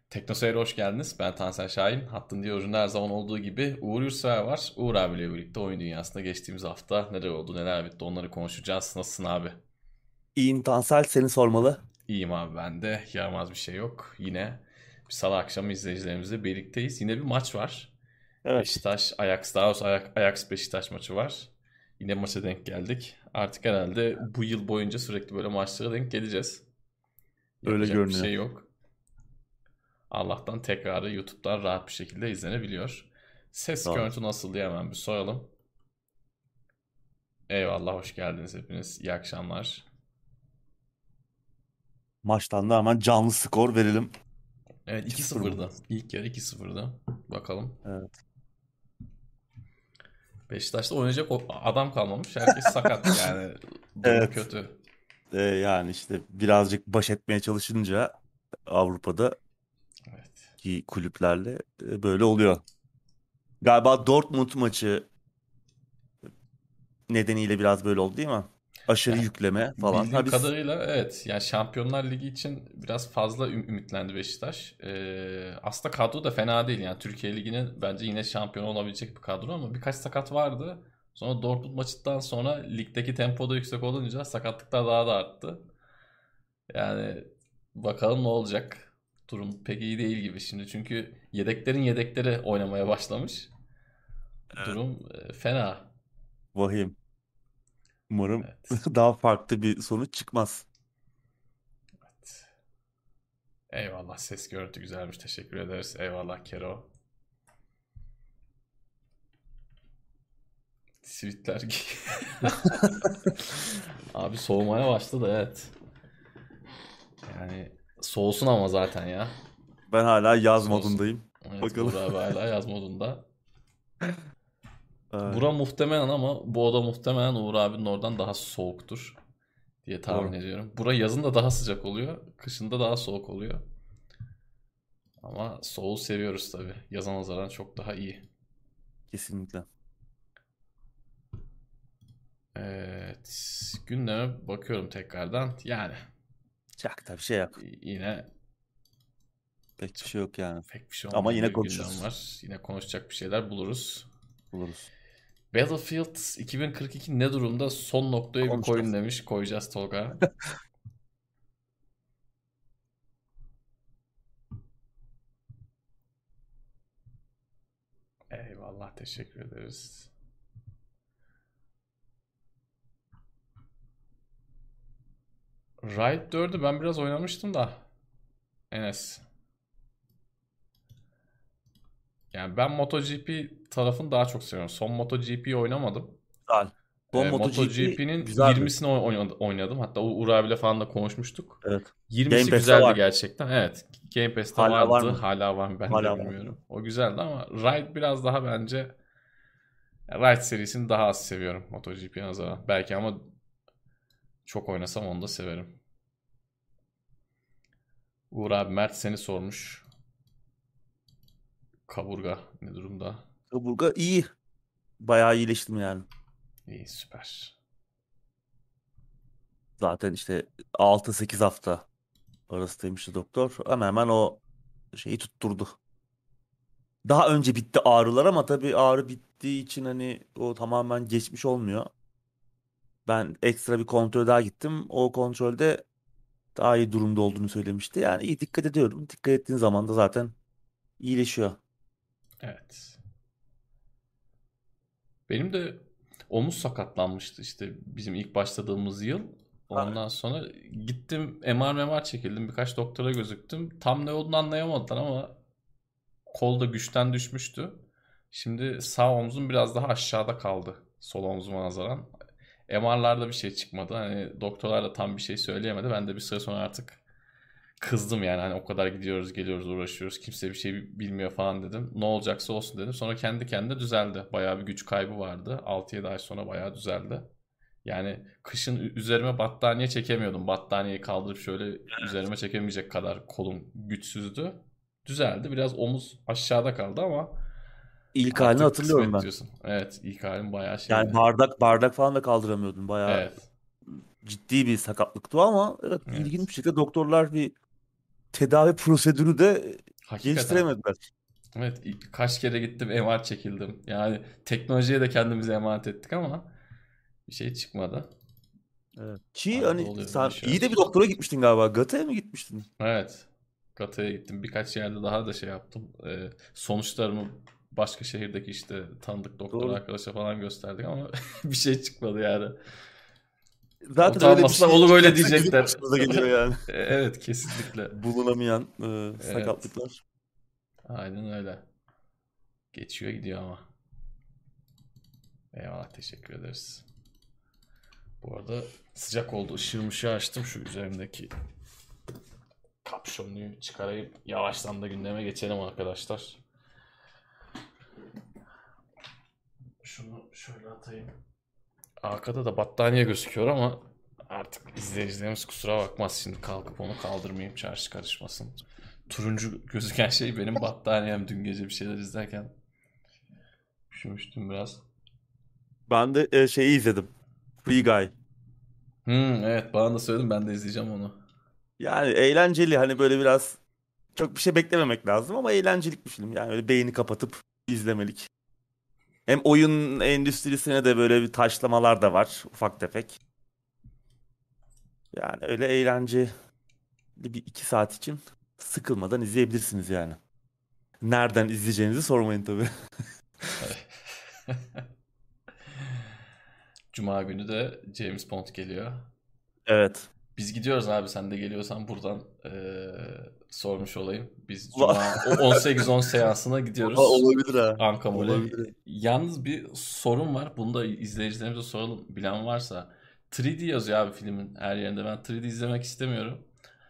Teknoseyir'e hoş geldiniz. Ben Tansel Şahin. Hattın diğer ucunda her zaman olduğu gibi Uğur Yurtsever var. Uğur abiyle birlikte oyun dünyasında geçtiğimiz hafta neler oldu, neler bitti onları konuşacağız. Nasılsın abi? İyiyim Tansel seni sormalı. İyiyim abi ben de. Yaramaz bir şey yok. Yine bir salı akşamı izleyicilerimizle birlikteyiz. Yine bir maç var. Evet. Beşiktaş, Ajax, daha doğrusu Ajax Beşiktaş maçı var. Yine maça denk geldik. Artık herhalde bu yıl boyunca sürekli böyle maçlara denk geleceğiz. Öyle Yapacak bir görünüyor. şey yok. Allah'tan tekrarı YouTube'dan rahat bir şekilde izlenebiliyor. Ses Doğru. görüntü nasıl diye hemen bir soralım. Eyvallah, hoş geldiniz hepiniz. İyi akşamlar. Maçtan da hemen canlı skor verelim. Evet, 2-0 mı? 2-0'dı. İlk yarı 2-0'dı. Bakalım. Evet. Beşiktaş'ta oynayacak adam kalmamış. Herkes sakat. Yani durum Evet. kötü. Yani işte birazcık baş etmeye çalışınca Avrupa'daki Evet. kulüplerle böyle oluyor. Galiba Dortmund maçı nedeniyle biraz böyle oldu değil mi? Aşırı Yani yükleme falan. bildiğim Ha biz kadarıyla evet. Yani Şampiyonlar Ligi için biraz fazla ümitlendi Beşiktaş. Aslında kadro da fena değil. Yani Türkiye Ligi'nin bence yine şampiyon olabilecek bir kadro ama birkaç sakat vardı. Sonra Dortmund maçından sonra ligdeki tempo da yüksek olunca sakatlıklar daha da arttı. Yani bakalım ne olacak. Durum pek iyi değil gibi şimdi. Çünkü yedeklerin yedekleri oynamaya başlamış. evet, Durum fena. vahim. Umarım Evet. daha farklı bir sonuç çıkmaz. Evet. Eyvallah, ses görüntü güzelmiş, teşekkür ederiz. Eyvallah Kero. Sivitler abi soğumaya başladı, evet. Yani soğusun ama zaten ya. Ben hala yaz Soğusun. modundayım. Evet, Bakalım. Uğur abi hala yaz modunda. Ay, Bura muhtemelen ama bu oda muhtemelen Uğur abinin oradan daha soğuktur diye tahmin doğru. ediyorum. Bura yazın da daha sıcak oluyor. Kışın da daha soğuk oluyor. Ama soğuğu seviyoruz tabii. Yaza nazaran çok daha iyi. Kesinlikle. Evet. Gündeme bakıyorum tekrardan. Yani Çok da bir şey yok. yine Pek bir çok şey yok yani. pek bir şey Ama olmayan yine bir gündem konuşuruz. var. Yine konuşacak bir şeyler buluruz. Buluruz. Battlefield 2042 ne durumda? Son noktaya bir koyun Konuşacağız. demiş. Koyacağız Tolga. Eyvallah, teşekkür ederiz. Ride 4'ü ben biraz oynamıştım da Enes. Yani ben MotoGP tarafını daha çok seviyorum. Son MotoGP'yi oynamadım. Güzel. Son MotoGP MotoGP'nin güzeldi. 20'sini oynadım. Hatta Uğur abiyle falan da konuşmuştuk. Evet. Game 20'si Pass'te güzeldi var. gerçekten. Evet. Game Pass'te Hala var vardı. mı? Hala var mı ben de Hala var. bilmiyorum. O güzeldi ama Ride biraz daha bence, Ride serisini daha az seviyorum MotoGP'ye nazaran. Belki ama çok oynasam onu da severim. Uğur abi Mert seni sormuş. Kaburga ne durumda? Kaburga iyi. Bayağı iyileştim yani. İyi, süper. Zaten işte 6-8 hafta arasındaymıştı doktor. Hemen hemen o şeyi tutturdu. Daha önce bitti ağrılar ama tabii ağrı bittiği için hani o tamamen geçmiş olmuyor. Ben ekstra bir kontrol daha gittim. O kontrolde daha iyi durumda olduğunu söylemişti. Yani iyi dikkat ediyorum. Dikkat ettiğin zaman da zaten iyileşiyor. Evet. Benim de omuz sakatlanmıştı işte bizim ilk başladığımız yıl. Ha, Ondan sonra gittim, MR çekildim. Birkaç doktora gözüktüm. Tam ne olduğunu anlayamadılar ama kol da güçten düşmüştü. Şimdi sağ omzum biraz daha aşağıda kaldı sol omzuma nazaran. MR'larda bir şey çıkmadı. Hani doktorlar da tam bir şey söyleyemedi. Ben de bir süre sonra artık kızdım yani, hani o kadar gidiyoruz geliyoruz uğraşıyoruz, kimse bir şey bilmiyor falan dedim. Ne olacaksa olsun dedim. Sonra kendi kendine düzeldi. Bayağı bir güç kaybı vardı. 6-7 ay sonra bayağı düzeldi. Yani kışın üzerime battaniye çekemiyordum. Battaniyeyi kaldırıp şöyle üzerime çekemeyecek kadar kolum güçsüzdü. Düzeldi. Biraz omuz aşağıda kaldı ama İlk halini artık hatırlıyorum kısmet ben. diyorsun. Evet, ilk halim bayağı Yani şeydi. bardak falan da kaldıramıyordum. Bayağı Evet. ciddi bir sakatlıktı o ama evet ilginç Evet. bir şekilde doktorlar bir tedavi prosedürü de Hakikaten. Geliştiremediler. Evet, kaç kere gittim MR çekildim. Yani teknolojiye de kendimizi emanet ettik ama bir şey çıkmadı. Evet. Ki Arada hani oluyor böyle sen iyi de bir şeyler. doktora gitmiştin galiba. Gata'ya mı gitmiştin? Evet. Gata'ya gittim. Birkaç yerde daha da şey yaptım. Sonuçlarımı başka şehirdeki işte tanıdık doktor Doğru. arkadaşa falan gösterdik ama bir şey çıkmadı yani. Ya Zaten öyle bir utanmasınlar şey olur öyle çıkarsa bizim diyecekler. başımıza geliyor yani. Evet, kesinlikle. Bulunamayan Evet. sakatlıklar. Aynen öyle. Geçiyor gidiyor ama. Eyvallah, teşekkür ederiz. Bu arada sıcak oldu. Işığı açtım. Şu üzerimdeki kapşonluyu çıkarayım. Yavaştan da gündeme geçelim arkadaşlar. Şunu şöyle atayım. Arkada da battaniye gözüküyor ama artık izleyicilerimiz kusura bakmaz. Şimdi kalkıp onu kaldırmayayım, çarşı karışmasın. Turuncu gözüken şey benim battaniyem, dün gece bir şeyler izlerken. Üşümüştüm biraz. Ben de şeyi izledim. Free Guy. Evet, bana da söyledin, ben de izleyeceğim onu. Yani eğlenceli, hani böyle biraz çok bir şey beklememek lazım ama eğlencelik bir film. Yani öyle beyni kapatıp izlemelik. Hem oyun endüstrisine de böyle bir taşlamalar da var, ufak tefek. Yani öyle eğlenceli bir 2 saat için sıkılmadan izleyebilirsiniz yani. Nereden izleyeceğinizi sormayın tabii. Cuma günü de James Bond geliyor. Evet. Biz gidiyoruz abi, sen de geliyorsan buradan sormuş olayım. Biz Va- Cuma o 18-10 seansına gidiyoruz. Olabilir ha. Ankamol'e. Olabilir. Yalnız bir sorun var. Bunu da izleyicilerimize soralım. Bilen varsa. 3D yazıyor abi filmin her yerinde. Ben 3D izlemek istemiyorum.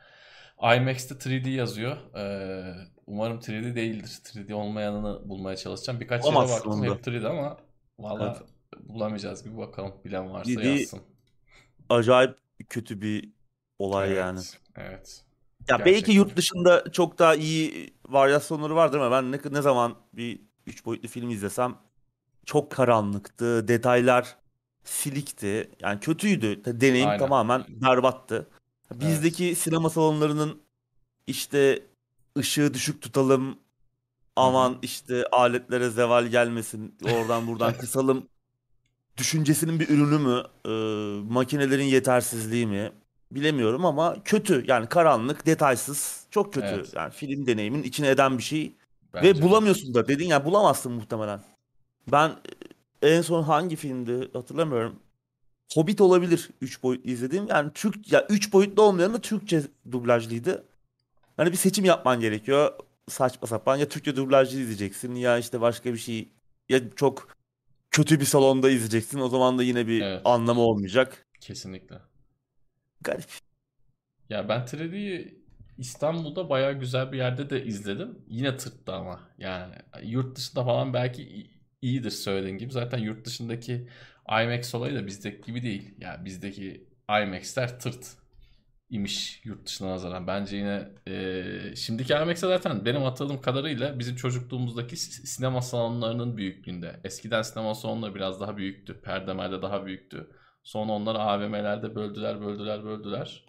IMAX'te 3D yazıyor. Umarım 3D değildir. 3D olmayanını bulmaya çalışacağım. Birkaç yere Olamazsın baktım, onu da. hep 3D ama Evet. valla bulamayacağız gibi, bakalım. Bilen varsa 3D yazsın. acayip kötü bir olay yani. Evet, evet. Ya belki Gerçekten. yurt dışında çok daha iyi varyasyonları vardır ama ben ne zaman bir 3 boyutlu film izlesem çok karanlıktı, detaylar silikti. Yani kötüydü. Deneyim Aynen. tamamen berbattı. Evet. Bizdeki sinema salonlarının işte ışığı düşük tutalım, Hı hı. aman işte aletlere zeval gelmesin, oradan buradan kısalım düşüncesinin bir ürünü mü, makinelerin yetersizliği mi bilemiyorum ama kötü. Yani karanlık, detaysız, çok kötü. Evet. Yani film deneyimin içine eden bir şey ve Bence de. bulamıyorsun da, dedin ya, bulamazsın muhtemelen. Ben en son hangi filmdi hatırlamıyorum. Hobbit olabilir 3 boyutlu izlediğim. Yani Türk, ya 3 boyutlu olmayan da Türkçe dublajlıydı. Hani bir seçim yapman gerekiyor. Saçma sapan, ya Türkçe dublajlı izleyeceksin ya işte başka bir şey, ya çok kötü bir salonda izleyeceksin. O zaman da yine bir Evet. anlamı olmayacak. Kesinlikle. Garip. Ya ben 3D'yi İstanbul'da bayağı güzel bir yerde de izledim. Yine tırttı ama. Yani yurt dışında falan belki iyidir söylediğin gibi. Zaten yurt dışındaki IMAX olayı da bizdeki gibi değil. Yani bizdeki IMAX'ler tırt imiş yurt dışına nazaran. Bence yine şimdiki IMAX'e zaten benim hatırladığım kadarıyla bizim çocukluğumuzdaki sinema salonlarının büyüklüğünde. Eskiden sinema salonları biraz daha büyüktü. Perdemerde daha büyüktü. Sonra onları AVM'lerde böldüler, böldüler, böldüler.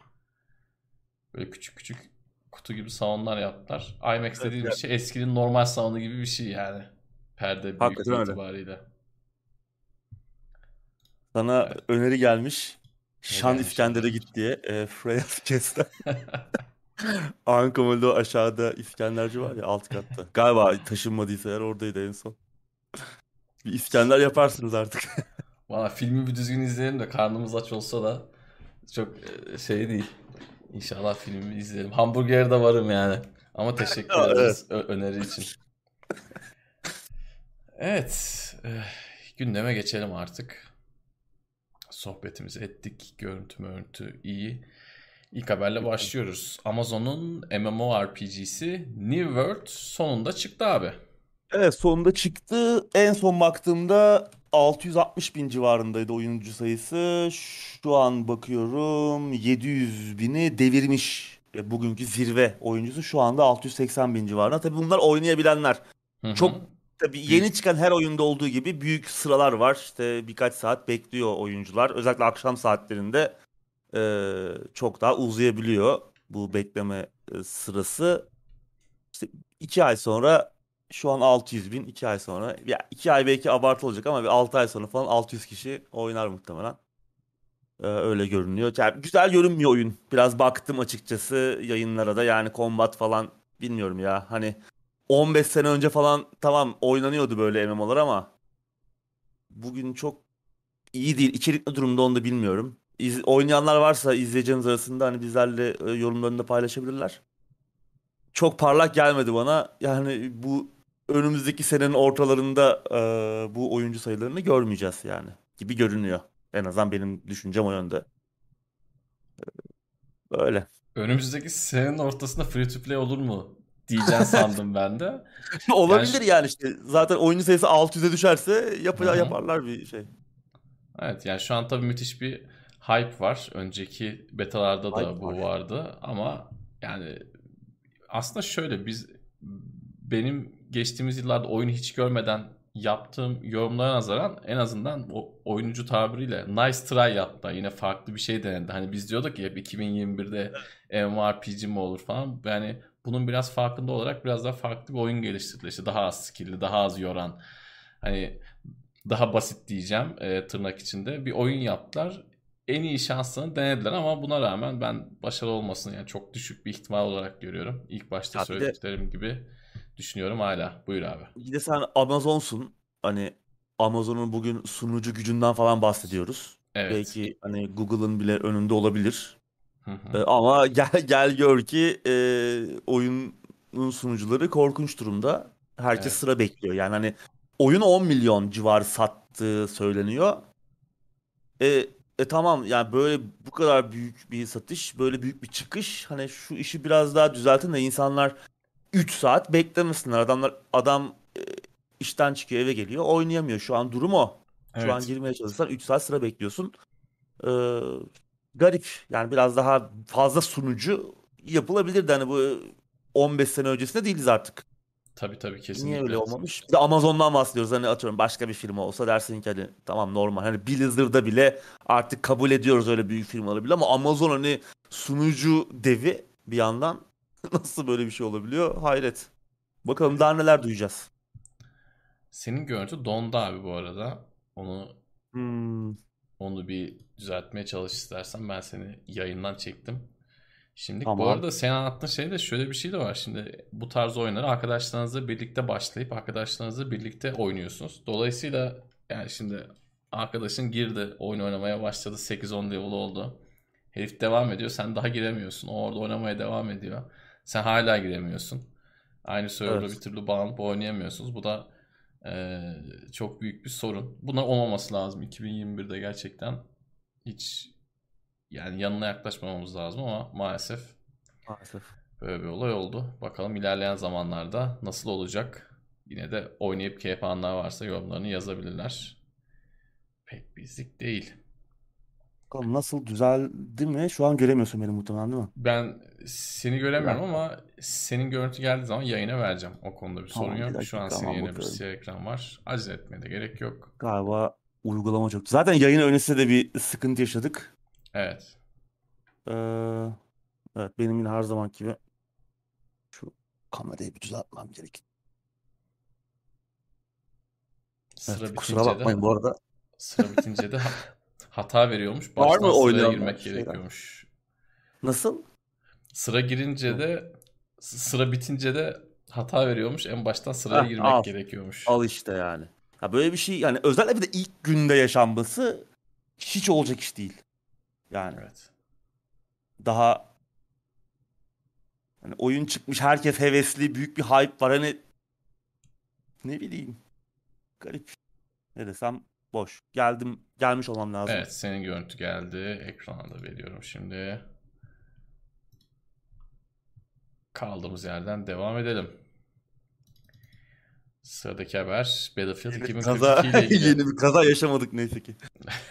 Böyle küçük küçük kutu gibi salonlar yaptılar. IMAX Evet, dediğimiz ya, şey eskinin normal salonu gibi bir şey yani. Perde büyüklüğü hakikaten öyle. itibariyle. Sana Evet. öneri gelmiş. Ne Şan gelmiş abi? İskender'e git diye. Freya Kes'ten. Ankamol'de aşağıda İskenderci var ya, alt katta. Galiba taşınmadıysa eğer oradaydı en son. Bir İskender yaparsınız artık. Valla filmi bir düzgün izleyelim de karnımız aç olsa da çok şey değil. İnşallah filmi izleyelim. Hamburger'de varım yani. Ama teşekkür Evet. ederiz öneri için. Evet. Gündeme geçelim artık. Sohbetimizi ettik. Görüntü iyi. İlk haberle başlıyoruz. Amazon'un MMORPG'si New World sonunda çıktı abi. Evet, sonunda çıktı. En son baktığımda 660 bin civarındaydı oyuncu sayısı. Şu an bakıyorum 700 bini devirmiş. Bugünkü zirve oyuncusu şu anda 680 bin civarında. Tabii bunlar oynayabilenler. Hı Çok, hı. tabii yeni Büyük. çıkan her oyunda olduğu gibi büyük sıralar var. İşte birkaç saat bekliyor oyuncular. Özellikle akşam saatlerinde çok daha uzayabiliyor bu bekleme sırası. İşte 2 ay sonra şu an 600 bin, 2 ay sonra ya 2 ay belki abartı olacak ama bir 6 ay sonra falan 600 kişi oynar muhtemelen. Öyle görünüyor. Yani güzel görünmüyor oyun. Biraz baktım açıkçası yayınlara da, yani combat falan bilmiyorum ya. Hani 15 sene önce falan tamam oynanıyordu böyle MMO'lar ama bugün çok iyi değil. İçerik ne durumda onu da bilmiyorum. Oynayanlar varsa izleyeceğimiz arasında hani bizlerle yorumlarını da paylaşabilirler. Çok parlak gelmedi bana. Yani bu önümüzdeki senenin ortalarında bu oyuncu sayılarını görmeyeceğiz yani gibi görünüyor. En azından benim düşüncem o yönde. Öyle. Önümüzdeki senenin ortasında free to play olur mu diyeceğim sandım ben de. Yani Olabilir yani işte. Zaten oyuncu sayısı 600'e düşerse hı hı. yaparlar bir şey. Evet yani şu an tabii müthiş bir hype var. Önceki betalarda da Hype bu var. vardı ama yani aslında şöyle benim geçtiğimiz yıllarda oyunu hiç görmeden yaptığım yorumlara nazaran en azından o oyuncu tabiriyle nice try yaptı. Yine farklı bir şey denedi. Hani biz diyorduk ya hep 2021'de MMORPG mi olur falan. Yani bunun biraz farkında olarak biraz daha farklı bir oyun geliştirdiler. İşte daha az skill'li, daha az yoran. Hani daha basit diyeceğim tırnak içinde bir oyun yaptılar. En iyi şanslarını denediler ama buna rağmen ben başarılı olmasını yani çok düşük bir ihtimal olarak görüyorum. İlk başta Ya bir de söylediklerim gibi düşünüyorum hala. Buyur abi. sen Amazon'sun. Hani Amazon'un bugün sunucu gücünden falan bahsediyoruz. Evet. Belki hani Google'ın bile önünde olabilir. Hı hı. Ama gel gör ki oyunun sunucuları korkunç durumda. Herkes Evet. sıra bekliyor. Yani hani oyun 10 milyon civarı sattığı söyleniyor. E, tamam yani böyle bu kadar büyük bir satış, böyle büyük bir çıkış. Hani şu işi biraz daha düzeltin de insanlar 3 saat beklemesinler. Adam işten çıkıyor, eve geliyor, oynayamıyor. Şu an durum o. Şu an Evet. girmeye çalışsan 3 saat sıra bekliyorsun. E, garip. Yani biraz daha fazla sunucu yapılabilirdi. Hani bu 15 sene öncesinde değiliz artık. Tabii tabii Niye öyle kesinlikle. olmamış? Bir de Amazon'dan bahsediyoruz. Hani atıyorum başka bir firma olsa dersin ki hani tamam normal. Hani Blizzard'da bile artık kabul ediyoruz öyle büyük firmaları bile ama Amazon hani sunucu devi bir yandan nasıl böyle bir şey olabiliyor? Hayret. Bakalım daha neler duyacağız. Senin görüntü dondu abi bu arada. Onu Hmm, onu bir düzeltmeye çalış istersen ben seni yayından çektim. Şimdi bu tamam. arada sen anlattığın şeyde şöyle bir şey de var. Şimdi bu tarz oyunları arkadaşlarınızla birlikte başlayıp arkadaşlarınızla birlikte oynuyorsunuz. Dolayısıyla yani şimdi arkadaşın girdi, oyun oynamaya başladı, 8-10 level oldu. Herif devam ediyor, sen daha giremiyorsun. O orada oynamaya devam ediyor. Sen hala giremiyorsun. Aynı serverda bir Evet. türlü bağlanıp oynayamıyorsunuz. Bu da çok büyük bir sorun. Buna olmaması lazım 2021'de gerçekten. Hiç yani yanına yaklaşmamamız lazım ama maalesef Maalesef. böyle bir olay oldu. Bakalım ilerleyen zamanlarda nasıl olacak? Yine de oynayıp keyif alanlar varsa yorumlarını yazabilirler. Pek bizlik değil. Bakalım nasıl düzeldi mi? Şu an göremiyorsun beni muhtemelen değil mi? Ben seni Bir göremiyorum dakika. ama senin görüntü geldiği zaman yayına vereceğim. O konuda bir sorun Tamam bir yok. Şu an dakika senin hemen yerine bir bakıyorum. siyah ekran var. Acele etmeye de gerek yok. Galiba uygulama çok. Zaten yayın öncesinde de bir sıkıntı yaşadık. Evet. Ee, evet benim yine her zaman gibi şu kamerayı bir düzeltmem gerek. Evet Sıra kusura bitince de bakmayın bu arada. sıra bitince de hata veriyormuş. Var Baştan mı sıraya oynayanlar girmek şeyler? gerekiyormuş. Nasıl? Sıra girince Yok. de sıra bitince de hata veriyormuş. En baştan sıraya Heh, girmek al. gerekiyormuş. Al işte yani. Ha böyle bir şey yani özellikle bir de ilk günde yaşanması hiç olacak iş değil. Yani Evet. daha hani oyun çıkmış, herkes hevesli, büyük bir hype var. Hani ne bileyim, garip. Ne desem boş. Gelmiş olmam lazım. Evet, senin görüntü geldi. Ekrana da veriyorum şimdi. Kaldığımız yerden devam edelim. Sıradaki haber Battlefield Yeni bir 2042 kaza ile ilgili. yeni bir kaza yaşamadık neyse ki.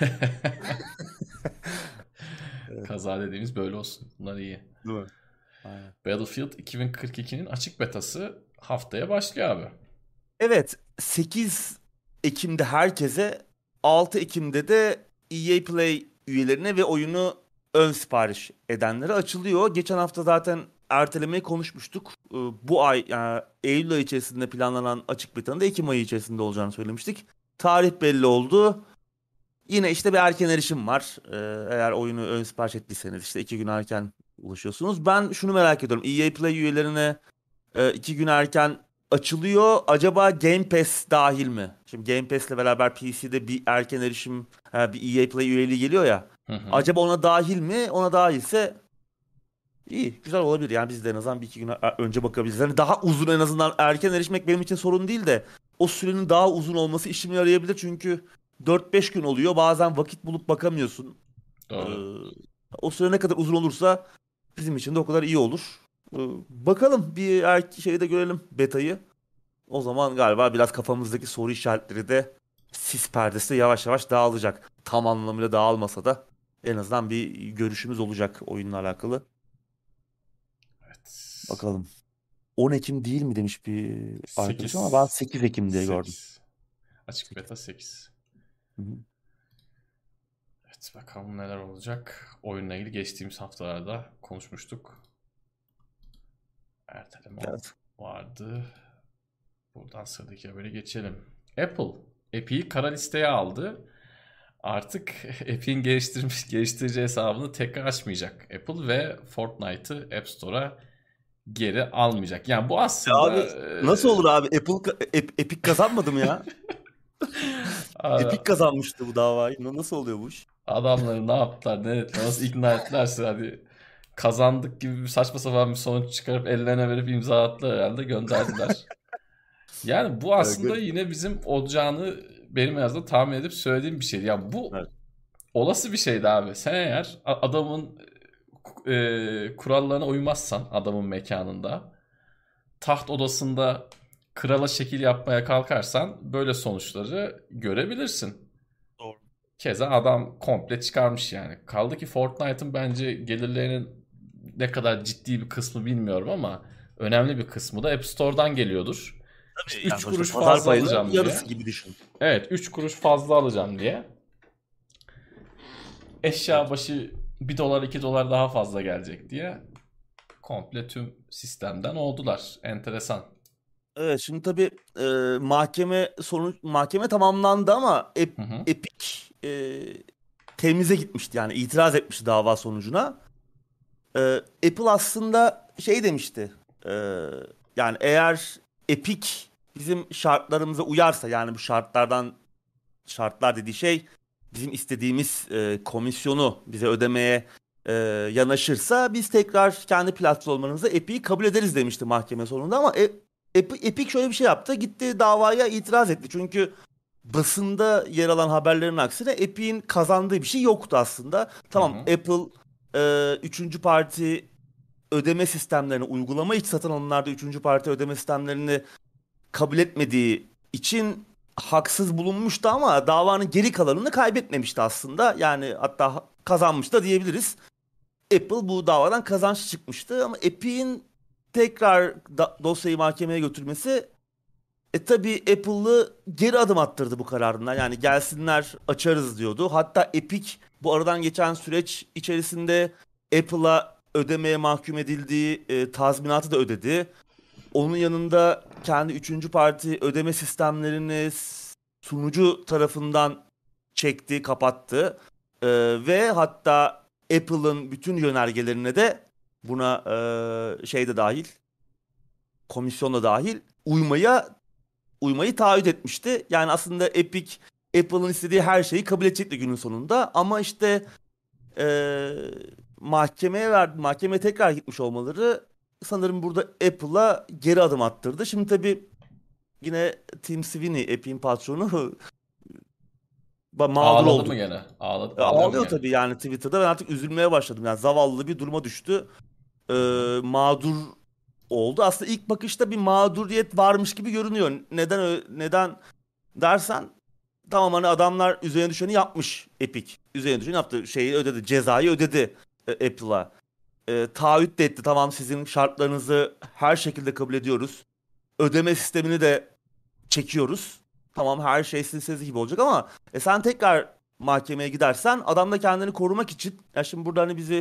Evet, Kaza dediğimiz böyle olsun. Bunlar iyi. değil mi? Aynen. Battlefield 2042'nin açık betası haftaya başlıyor abi. Evet, 8 Ekim'de herkese, 6 Ekim'de de EA Play üyelerine ve oyunu ön sipariş edenlere açılıyor. Geçen hafta zaten ertelemeyi konuşmuştuk. Bu ay yani Eylül ayı içerisinde planlanan açık beta'nın da Ekim ayı içerisinde olacağını söylemiştik. Tarih belli oldu. Yine işte bir erken erişim var. Eğer oyunu ön sipariş ettiyseniz işte 2 gün erken ulaşıyorsunuz. Ben şunu merak ediyorum. EA Play üyelerine 2 gün erken açılıyor. Acaba Game Pass dahil mi? Şimdi Game Pass'le beraber PC'de bir erken erişim, bir EA Play üyeliği geliyor ya. Hı hı. Acaba ona dahil mi? Ona dahilse iyi, güzel olabilir. Yani biz de en azından bir iki gün önce bakabiliriz. Yani daha uzun, en azından erken erişmek benim için sorun değil de o sürenin daha uzun olması işime yarayabilir. Çünkü 4-5 gün oluyor. Bazen vakit bulup bakamıyorsun. Ee, Doğru. O süre ne kadar uzun olursa bizim için de o kadar iyi olur. Bakalım bir şeyi de görelim, betayı. O zaman galiba biraz kafamızdaki soru işaretleri de sis perdesi yavaş yavaş dağılacak. Tam anlamıyla dağılmasa da en azından bir görüşümüz olacak oyunla alakalı. Evet. Bakalım. 10 Ekim değil mi demiş bir arkadaş ama ben 8. 8 Ekim diye gördüm. 8. Açık beta 8. Hı hı. Evet, bakalım neler olacak. Oyunla ilgili geçtiğimiz haftalarda konuşmuştuk. Erteleme Evet. vardı. Buradan sıradaki habere geçelim. Apple, Epic'i kara listeye aldı. Artık Epic'in geliştirici hesabını tekrar açmayacak Apple ve Fortnite'ı App Store'a geri almayacak. Yani bu Abi aslında nasıl olur abi? Epic kazanmadı mı ya? Epic a- kazanmıştı bu davayı. Nasıl oluyor bu iş? adamları ne yaptılar, ne ettiler, nasıl ikna ettilerse hadi kazandık gibi bir saçma sapan bir sonuç çıkarıp ellerine verip imza attılar herhalde, gönderdiler. Yani bu aslında Garip. yine bizim olacağını benim en azından tahmin edip söylediğim bir şeydi. Yani bu Evet. olası bir şeydi abi. Sen eğer adamın kurallarına uymazsan adamın mekanında, taht odasında krala şekil yapmaya kalkarsan böyle sonuçları görebilirsin. Doğru. Keza adam komple çıkarmış yani. Kaldı ki Fortnite'ın bence gelirlerinin ne kadar ciddi bir kısmı bilmiyorum ama önemli bir kısmı da App Store'dan geliyordur. İşte Tabii yani 3 sonuçta kuruş pazar fazla payının alacağım diye. yarısı gibi düşün. Evet, 3 kuruş fazla alacağım diye. Eşya Evet. başı 1 dolar 2 dolar daha fazla gelecek diye komple tüm sistemden oldular. Enteresan. Evet, şimdi tabii mahkeme tamamlandı ama Hı hı. Epic temize gitmişti, yani itiraz etmişti dava sonucuna. Apple aslında şey demişti. e, Yani eğer Epic bizim şartlarımıza uyarsa, yani bu şartlar dediği şey bizim istediğimiz komisyonu bize ödemeye yanaşırsa biz tekrar kendi platformlarımıza Epic'i kabul ederiz demişti mahkeme sonunda, ama Epic şöyle bir şey yaptı. Gitti davaya itiraz etti. Çünkü basında yer alan haberlerin aksine Epic'in kazandığı bir şey yoktu aslında. Hı Tamam, hı. Apple üçüncü parti ödeme sistemlerini, uygulama içi satın alımlarda üçüncü parti ödeme sistemlerini kabul etmediği için haksız bulunmuştu, ama davanın geri kalanını kaybetmemişti aslında. Yani hatta kazanmış da diyebiliriz. Apple bu davadan kazanç çıkmıştı, ama Epic'in tekrar dosyayı mahkemeye götürmesi tabii Apple'ı geri adım attırdı bu kararından. Yani gelsinler açarız diyordu. Hatta Epic bu aradan geçen süreç içerisinde Apple'a ödemeye mahkum edildiği tazminatı da ödedi. Onun yanında kendi üçüncü parti ödeme sistemlerini sunucu tarafından çekti, kapattı. Ve hatta Apple'ın bütün yönergelerine de, buna şey de dahil, komisyon da dahil, uymayı taahhüt etmişti. Yani aslında Epic Apple'ın istediği her şeyi kabul edecekti günün sonunda. Ama işte mahkemeye tekrar gitmiş olmaları sanırım burada Apple'a geri adım attırdı. Şimdi tabii yine Tim Sweeney, Epic'in patronu, mağdur Ağladı oldu. mı gene? Ağlıyor mu Ağlıyor gene? tabii yani Twitter'da. Ben artık üzülmeye başladım. Yani zavallı bir duruma düştü. Hı hı. Mağdur oldu. Aslında ilk bakışta bir mağduriyet varmış gibi görünüyor. Neden dersen, tamam, hani adamlar üzerine düşeni yapmış Epic. Üzerine düşeni yaptı. Şeyi ödedi. Cezayı ödedi Apple'a. Taahhüt de etti. Tamam, sizin şartlarınızı her şekilde kabul ediyoruz. Ödeme sistemini de çekiyoruz. Tamam, her şey sizin gibi olacak, ama sen tekrar mahkemeye gidersen adam da kendini korumak için, ya şimdi burada hani bizi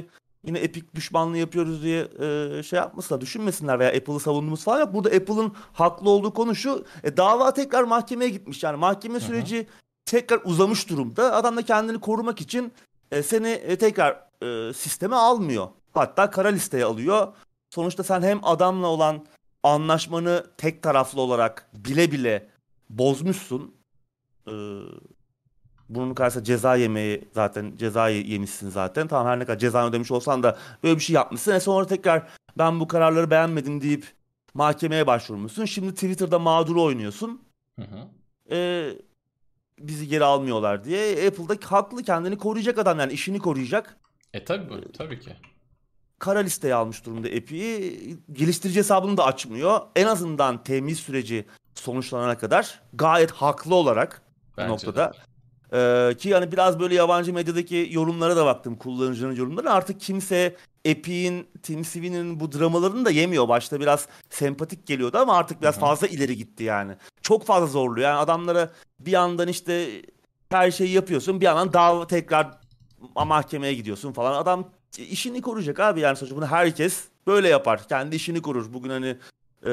yine Epic düşmanlığı yapıyoruz diye şey yapmasınlar, düşünmesinler veya Apple'ı savunduğumuz falan yok. Burada Apple'ın haklı olduğu konu şu. Dava tekrar mahkemeye gitmiş. Yani mahkeme Hı hı. süreci tekrar uzamış durumda. Adam da kendini korumak için seni tekrar sisteme almıyor. Hatta kara listeye alıyor. Sonuçta sen hem adamla olan anlaşmanı tek taraflı olarak bile bile bozmuşsun. E, Bunun karşısında ceza yemeği, zaten ceza yemişsin zaten. Tamam, her ne kadar cezanı ödemiş olsan da böyle bir şey yapmışsın. Sonra tekrar ben bu kararları beğenmedim deyip mahkemeye başvurmuşsun. Şimdi Twitter'da mağduru oynuyorsun. Hı hı. Ee, Bizi geri almıyorlar diye. Apple'da haklı, kendini koruyacak adam, yani işini koruyacak. Tabii bu. Tabii ki. Kara listeye almış durumda Epic'i. Geliştirici hesabını da açmıyor. En azından temiz süreci sonuçlanana kadar gayet haklı olarak bu Bence de. noktada. Ki hani biraz böyle yabancı medyadaki yorumlara da baktım, kullanıcının yorumları. Artık kimse Epic'in, Tim Sweeney'nin bu dramalarını da yemiyor. Başta biraz sempatik geliyordu ama artık Hı biraz hı. fazla ileri gitti yani. Çok fazla zorluyor. Yani adamlara bir yandan işte her şeyi yapıyorsun, bir yandan tekrar mahkemeye gidiyorsun falan. Adam işini koruyacak abi, yani sonuçta bunu herkes böyle yapar. Kendi işini korur. Bugün hani e,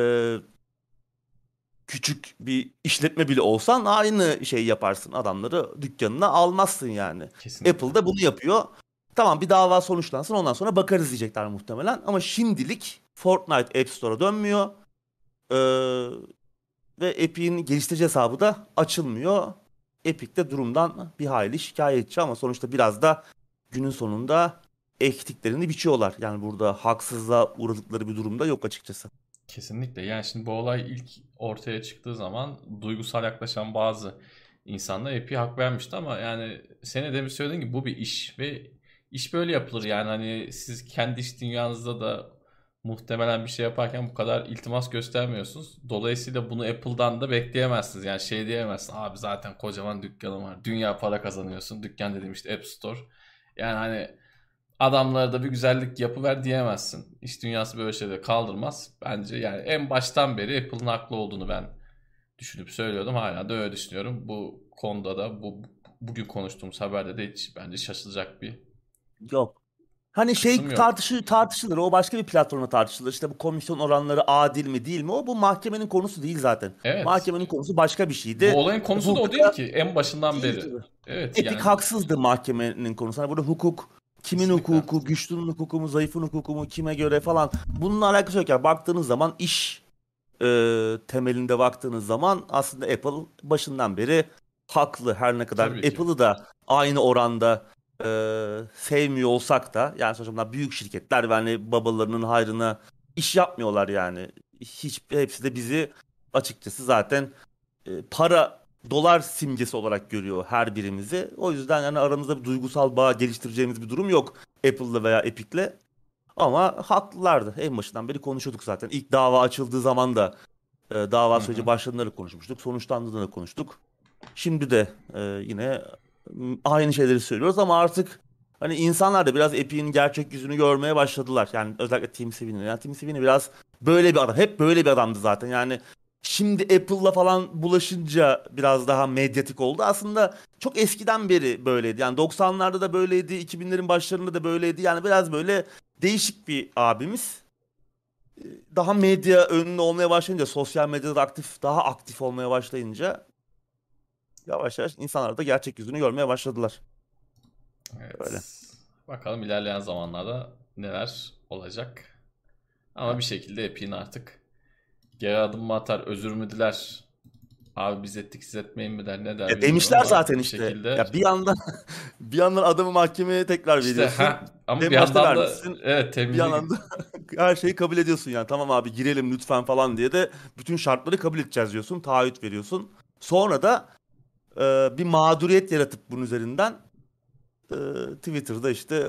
küçük bir işletme bile olsan aynı şeyi yaparsın. Adamları dükkanına almazsın yani. Kesinlikle. Apple da bunu yapıyor. Tamam, bir dava sonuçlansın, ondan sonra bakarız diyecekler muhtemelen. Ama şimdilik Fortnite App Store'a dönmüyor. Ee, Ve Epic'in geliştirici hesabı da açılmıyor. Epic de durumdan bir hayli şikayetçi ama sonuçta biraz da günün sonunda ektiklerini biçiyorlar. Yani burada haksızlığa uğradıkları bir durumda yok açıkçası. Kesinlikle. Yani şimdi bu olay ilk ortaya çıktığı zaman duygusal yaklaşan bazı insanlar epey hak vermişti ama yani senin demin söylediğin gibi bu bir iş ve iş böyle yapılır. Yani hani siz kendi iş dünyanızda da muhtemelen bir şey yaparken bu kadar iltimas göstermiyorsunuz. Dolayısıyla bunu Apple'dan da bekleyemezsiniz. Yani şey diyemezsin. Abi zaten kocaman dükkanım var. Dünya para kazanıyorsun. Dükkan dediğim işte App Store. Yani hani adamlara da bir güzellik yapıver diyemezsin. İş dünyası böyle şeyleri kaldırmaz. Bence yani en baştan beri Apple'ın haklı olduğunu ben düşünüp söylüyordum. Hala da öyle düşünüyorum. Bu konuda da bugün konuştuğumuz haberde de hiç bence şaşılacak bir Yok. Hani şey kısım yok. tartışılır. O başka bir platformda tartışılır. İşte bu komisyon oranları adil mi değil mi? O, bu mahkemenin konusu değil zaten. Evet. Mahkemenin konusu başka bir Bu şeydi. olayın konusu da o Burada değil da ki en başından değil beri. tabii. Evet Epic yani haksızdı mahkemenin konusu. Hani burada hukuk, kimin kesinlikle. hukuku, güçlünün hukuku mu, zayıfın hukuku mu, kime göre falan. Bununla alakası yok. Yani baktığınız zaman iş temelinde baktığınız zaman aslında Apple başından beri haklı. Her ne kadar Tabii ki. Apple'ı da aynı oranda sevmiyor olsak da, yani sonuçta bunlar büyük şirketler ve hani babalarının hayrına iş yapmıyorlar yani. Hepsi de bizi açıkçası zaten para, dolar simgesi olarak görüyor her birimizi. O yüzden yani aramızda bir duygusal bağ geliştireceğimiz bir durum yok Apple'la veya Epic'le. Ama haklılardı. En başından beri konuşuyorduk zaten. İlk dava açıldığı zaman da dava Hı süreci hı. başladığında da konuşmuştuk. Sonuçlandığında da konuştuk. Şimdi de yine aynı şeyleri söylüyoruz ama artık hani insanlar da biraz Epic'in gerçek yüzünü görmeye başladılar. Yani özellikle Tim Sweeney. Yani Tim Sweeney biraz böyle bir adam. Hep böyle bir adamdı zaten. Yani şimdi Apple'la falan bulaşınca biraz daha medyatik oldu. Aslında çok eskiden beri böyleydi. Yani 90'larda da böyleydi, 2000'lerin başlarında da böyleydi. Yani biraz böyle değişik bir abimiz. Daha medya önünde olmaya başlayınca, sosyal medyada da daha aktif olmaya başlayınca yavaş yavaş insanlar da gerçek yüzünü görmeye başladılar. Öyle. Evet. Bakalım ilerleyen zamanlarda neler olacak. Ama bir şekilde Epic'in artık geri adım mı atar, özür mü diler, abi biz ettik siz etmeyin mi der ne der bilmiyorum Demişler ama zaten bir işte. şekilde Ya bir yandan bir yandan adamı mahkemeye tekrar işte veriyorsun. ha ama bir En başta yandan da vermişsin. evet Bir temize yandan da her şeyi kabul ediyorsun yani. Tamam abi, girelim lütfen falan diye de bütün şartları kabul edeceğiz diyorsun. Taahhüt veriyorsun. Sonra da bir mağduriyet yaratıp bunun üzerinden e, Twitter'da işte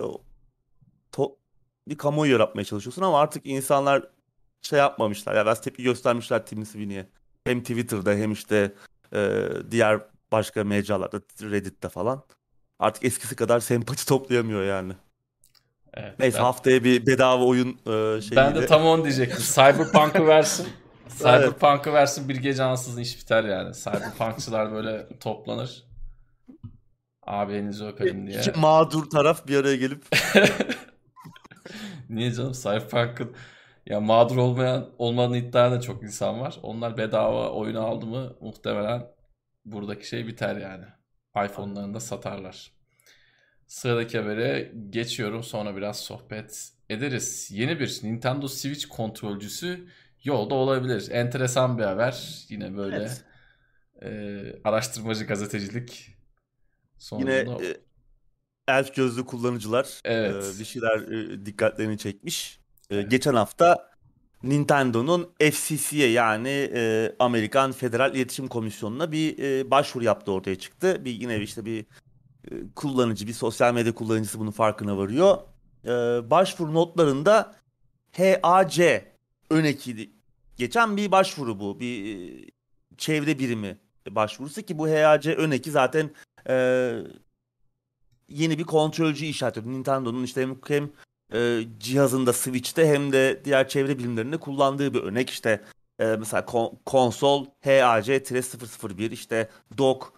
to- bir kamuoyu yaratmaya çalışıyorsun ama artık insanlar şey yapmamışlar. Ya biraz tepki göstermişler Tim Sweeney'e. Hem Twitter'da hem işte diğer başka mecralarda, Reddit'te falan. Artık eskisi kadar sempati toplayamıyor yani. evet Neyse, ben haftaya bir bedava oyun ben de şeyiyle. tam onu diyecektim. Cyberpunk'ı versin. Evet. Cyberpunk'ı versin bir gece ansızın iş biter yani. Cyberpunkçılar böyle toplanır. Abi elinizi öpelim İki diye. mağdur taraf bir araya gelip Niye canım? Cyberpunk'ın ya mağdur olmanın iddia eden çok insan var. Onlar bedava oyunu aldı mı muhtemelen buradaki şey biter yani. iPhone'larını da satarlar. Sıradaki habere geçiyorum, sonra biraz sohbet ederiz. Yeni bir Nintendo Switch kontrolcüsü yolda olabilir. Enteresan bir haber. Yine böyle Evet. araştırmacı gazetecilik Yine sonucunda. elf gözlü kullanıcılar bir Evet. şeyler dikkatlerini çekmiş. Evet. Geçen hafta Nintendo'nun FCC'ye, yani Amerikan Federal İletişim Komisyonu'na bir başvuru yaptığı ortaya çıktı. Yine işte bir kullanıcı, bir sosyal medya kullanıcısı bunun farkına varıyor. Başvuru notlarında HAC ön eki geçen bir başvuru bu. Bir çevre birimi başvurusu, ki bu HAC ön eki zaten e, yeni bir kontrolcü işaret ediyor. Nintendo'nun işte hem cihazında, Switch'te, hem de diğer çevre birimlerinde kullandığı bir örnek. İşte mesela konsol HAC-001, işte dock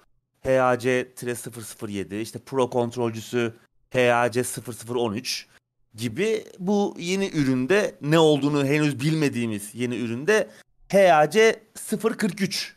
HAC-007, işte Pro kontrolcüsü HAC-0013 gibi. Bu yeni üründe, ne olduğunu henüz bilmediğimiz yeni üründe HAC-043.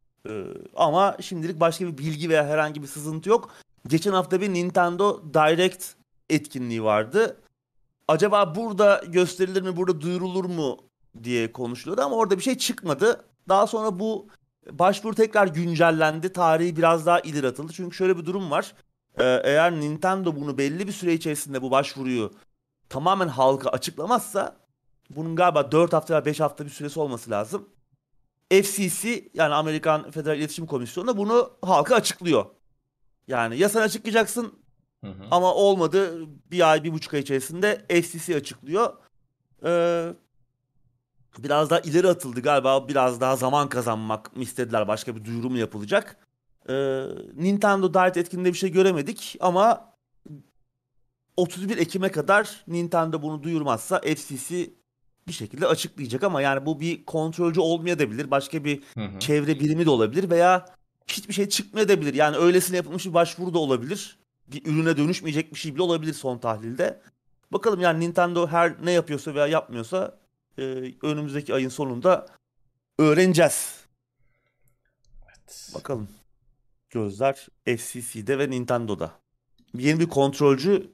Ama şimdilik başka bir bilgi veya herhangi bir sızıntı yok. Geçen hafta bir Nintendo Direct etkinliği vardı. Acaba burada gösterilir mi, burada duyurulur mu diye konuşuluyordu ama orada bir şey çıkmadı. Daha sonra bu başvuru tekrar güncellendi. Tarihi biraz daha ileri atıldı. Çünkü şöyle bir durum var. Eğer Nintendo bunu belli bir süre içerisinde, bu başvuruyu tamamen halka açıklamazsa, bunun galiba 4 hafta veya 5 hafta bir süresi olması lazım. FCC, yani Amerikan Federal İletişim Komisyonu da bunu halka açıklıyor. Yani ya sen açıklayacaksın, Hı hı. ama olmadı, bir ay, 1,5 ay içerisinde FCC açıklıyor. Ee, Biraz daha ileri atıldı galiba, biraz daha zaman kazanmak mı istediler, başka bir duyuru mu yapılacak? Nintendo Direct etkinliğinde bir şey göremedik ama 31 Ekim'e kadar Nintendo bunu duyurmazsa FCC bir şekilde açıklayacak. Ama yani bu bir kontrolcü olmayabilir, başka bir Hı hı. çevre birimi de olabilir veya hiçbir şey çıkmayabilir. Yani öylesine yapılmış bir başvuru da olabilir. Bir ürüne dönüşmeyecek bir şey bile olabilir son tahlilde. Bakalım, yani Nintendo her ne yapıyorsa veya yapmıyorsa önümüzdeki ayın sonunda öğreneceğiz. Evet. Bakalım. Gözler FCC'de ve Nintendo'da. Yeni bir kontrolcü,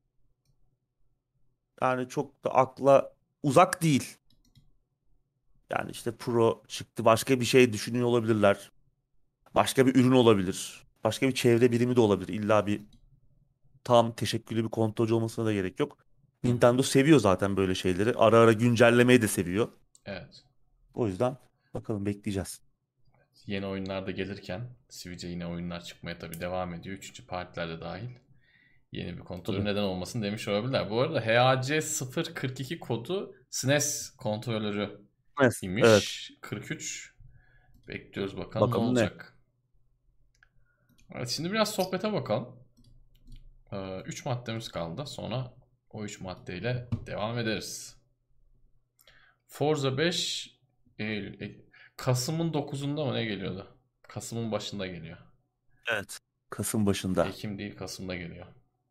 yani çok da akla uzak değil. Yani işte Pro çıktı. Başka bir şey düşünüyor olabilirler. Başka bir ürün olabilir. Başka bir çevre birimi de olabilir. İlla bir tam teşekküllü bir kontrolcü olmasına da gerek yok. Hı hı. Nintendo seviyor zaten böyle şeyleri. Ara ara güncellemeyi de seviyor. Evet. O yüzden bakalım, bekleyeceğiz. Yeni oyunlar da gelirken Switch'e yine oyunlar çıkmaya tabii devam ediyor. Üçüncü partiler de dahil. Yeni bir kontrolü Tabii. neden olmasın demiş olabilirler. Bu arada HAC042 kodu SNES kontrolörü Evet. Evet. imiş. 43. Bekliyoruz bakalım ne Bakalım ne? olacak. Evet, şimdi biraz sohbete bakalım. 3 maddemiz kaldı. Sonra o 3 maddeyle devam ederiz. Forza 5 Eylül, Kasım'ın 9'unda mı ne geliyordu? Kasım'ın başında geliyor. Evet. Kasım başında. Ekim değil, Kasım'da geliyor.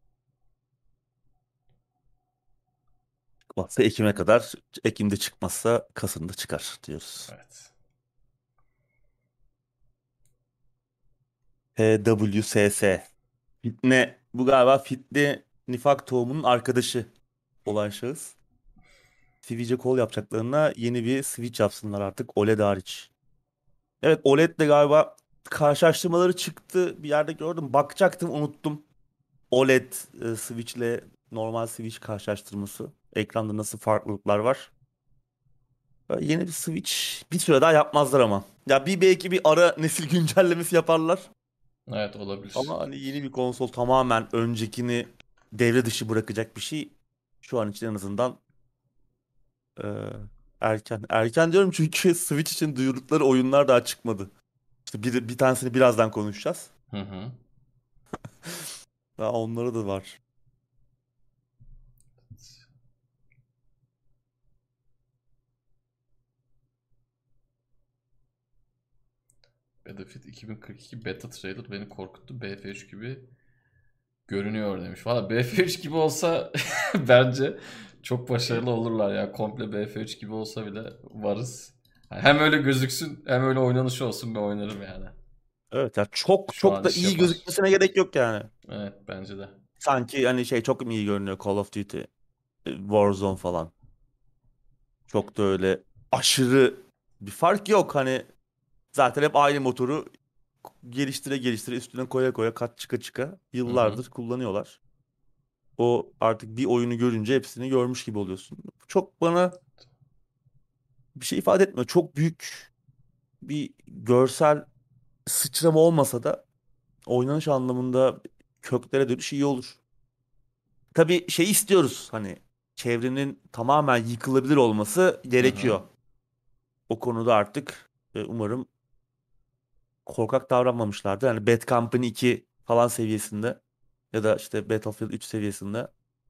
Çıkmazsa Ekim'e kadar, Ekim'de çıkmazsa Kasım'da çıkar diyoruz. Evet. HWSS. Fitne, bu galiba Fitne Nifak Tohumu'nun arkadaşı olan şahıs. Switch'e kol yapacaklarına yeni bir Switch yapsınlar artık, OLED hariç. Evet, OLED de galiba karşılaştırmaları çıktı. Bir yerde gördüm. Bakacaktım, unuttum. OLED Switch ile normal Switch karşılaştırması. Ekranda nasıl farklılıklar var. Yeni bir Switch bir süre daha yapmazlar ama. Ya belki bir ara nesil güncellemesi yaparlar. Evet, olabilir. Ama hani yeni bir konsol tamamen öncekini devre dışı bırakacak bir şey şu an için en azından e, erken. Erken diyorum çünkü Switch için duyurdukları oyunlar daha çıkmadı. İşte bir tanesini birazdan konuşacağız. Hı hı. Daha onları da var. Battlefield 2042 beta trailer beni korkuttu. BF3 gibi görünüyor demiş. Valla BF3 gibi olsa bence Çok başarılı olurlar ya. Komple BF3 gibi olsa bile varız. Yani hem öyle gözüksün hem öyle oynanışı olsun, ben oynarım yani. Evet ya, çok Şu çok an da iş iyi yapar. gözükmesine gerek yok yani. Evet, bence de. Sanki hani şey çok mu iyi görünüyor Call of Duty, Warzone falan. Çok da öyle aşırı bir fark yok. Hani zaten hep aynı motoru geliştire geliştire üstüne koya koya kat çıka çıka Hı hı. yıllardır kullanıyorlar. O artık bir oyunu görünce hepsini görmüş gibi oluyorsun. Çok bana bir şey ifade etmiyor. Çok büyük bir görsel sıçrama olmasa da oynanış anlamında köklere dönüş iyi olur. Tabii şey istiyoruz, hani çevrenin tamamen yıkılabilir olması Hı hı. gerekiyor. O konuda artık umarım korkak davranmamışlardır. Yani Bad Company 2 falan seviyesinde ya da işte Battlefield 3 seviyesinde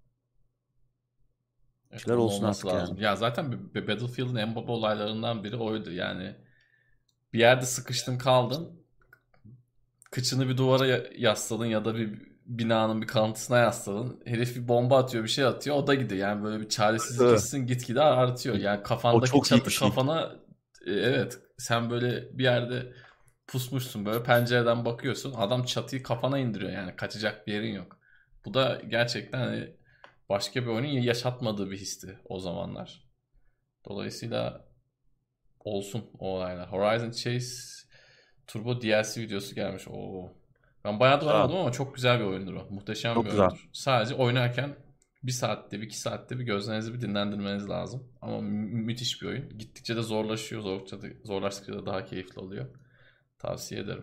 Evet, şeyler onun olsun olması artık yani. lazım. Ya zaten Battlefield'in en baba olaylarından biri oydu. Yani bir yerde sıkıştın kaldın. Kıçını bir duvara yasladın ya da bir binanın bir kalıntısına yasladın. Herif bir bomba atıyor, bir şey atıyor, o da gidiyor. Yani böyle bir çaresizlik Evet. hissin gitgide artıyor. Yani O kafandaki çok iyi bir çatı şey. kafana, evet, sen böyle bir yerde pusmuşsun, böyle pencereden bakıyorsun, adam çatıyı kafana indiriyor, yani kaçacak bir yerin yok. Bu da gerçekten hani başka bir oyunun yaşatmadığı bir histi o zamanlar. Dolayısıyla olsun o olaylar. Horizon Chase Turbo DLC videosu gelmiş. Oo. Ben bayağıdır Ha, oynamadım ama çok güzel bir oyundur o. Muhteşem çok bir güzel. oyundur. Sadece oynarken bir saatte, bir iki saatte bir gözlerinizi bir dinlendirmeniz lazım. Ama müthiş bir oyun. Gittikçe de zorlaşıyor. Zorlaştıkça da daha keyifli oluyor. Tavsiye ederim.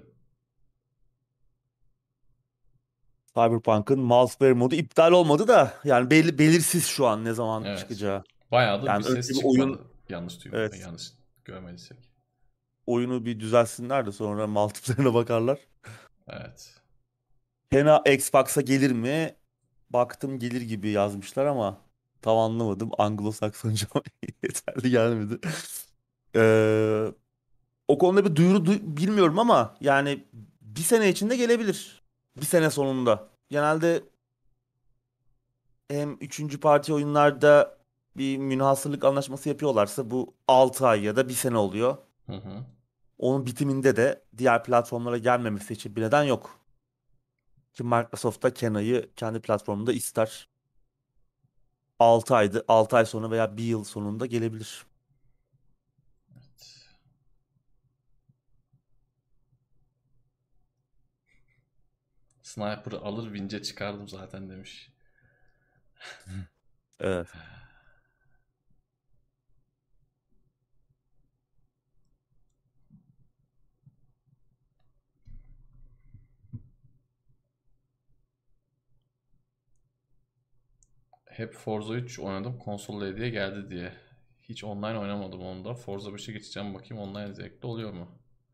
Cyberpunk'ın multiplayer modu iptal olmadı da yani belirsiz şu an ne zaman Evet. çıkacağı. Bayağıdır bir Yani önce ses bir oyun, çıkmadı. evet, Yanlış görmediysek. oyunu bir düzelsinler de sonra multiplayer'ına bakarlar. Evet. Kena Xbox'a gelir mi? Baktım gelir gibi yazmışlar ama tam anlamadım. Anglo-Saksonca yeterli gelmedi. Ee, O konuda bir duyuru bilmiyorum ama yani bir sene içinde gelebilir. Bir sene sonunda. Genelde hem üçüncü parti oyunlarda bir münhasırlık anlaşması yapıyorlarsa bu 6 ay ya da bir sene oluyor. Hı hı. Onun bitiminde de diğer platformlara gelmemesi için bir neden yok. Ki Microsoft da Kena'yı kendi platformunda ister. 6 ay sonra veya bir yıl sonunda gelebilir. Sniper'ı alır vince çıkardım zaten demiş. Evet. Hep Forza 3 oynadım, konsolla hediye geldi diye. Hiç online oynamadım onda. Forza 5'e geçeceğim, bakayım online zevkli oluyor mu?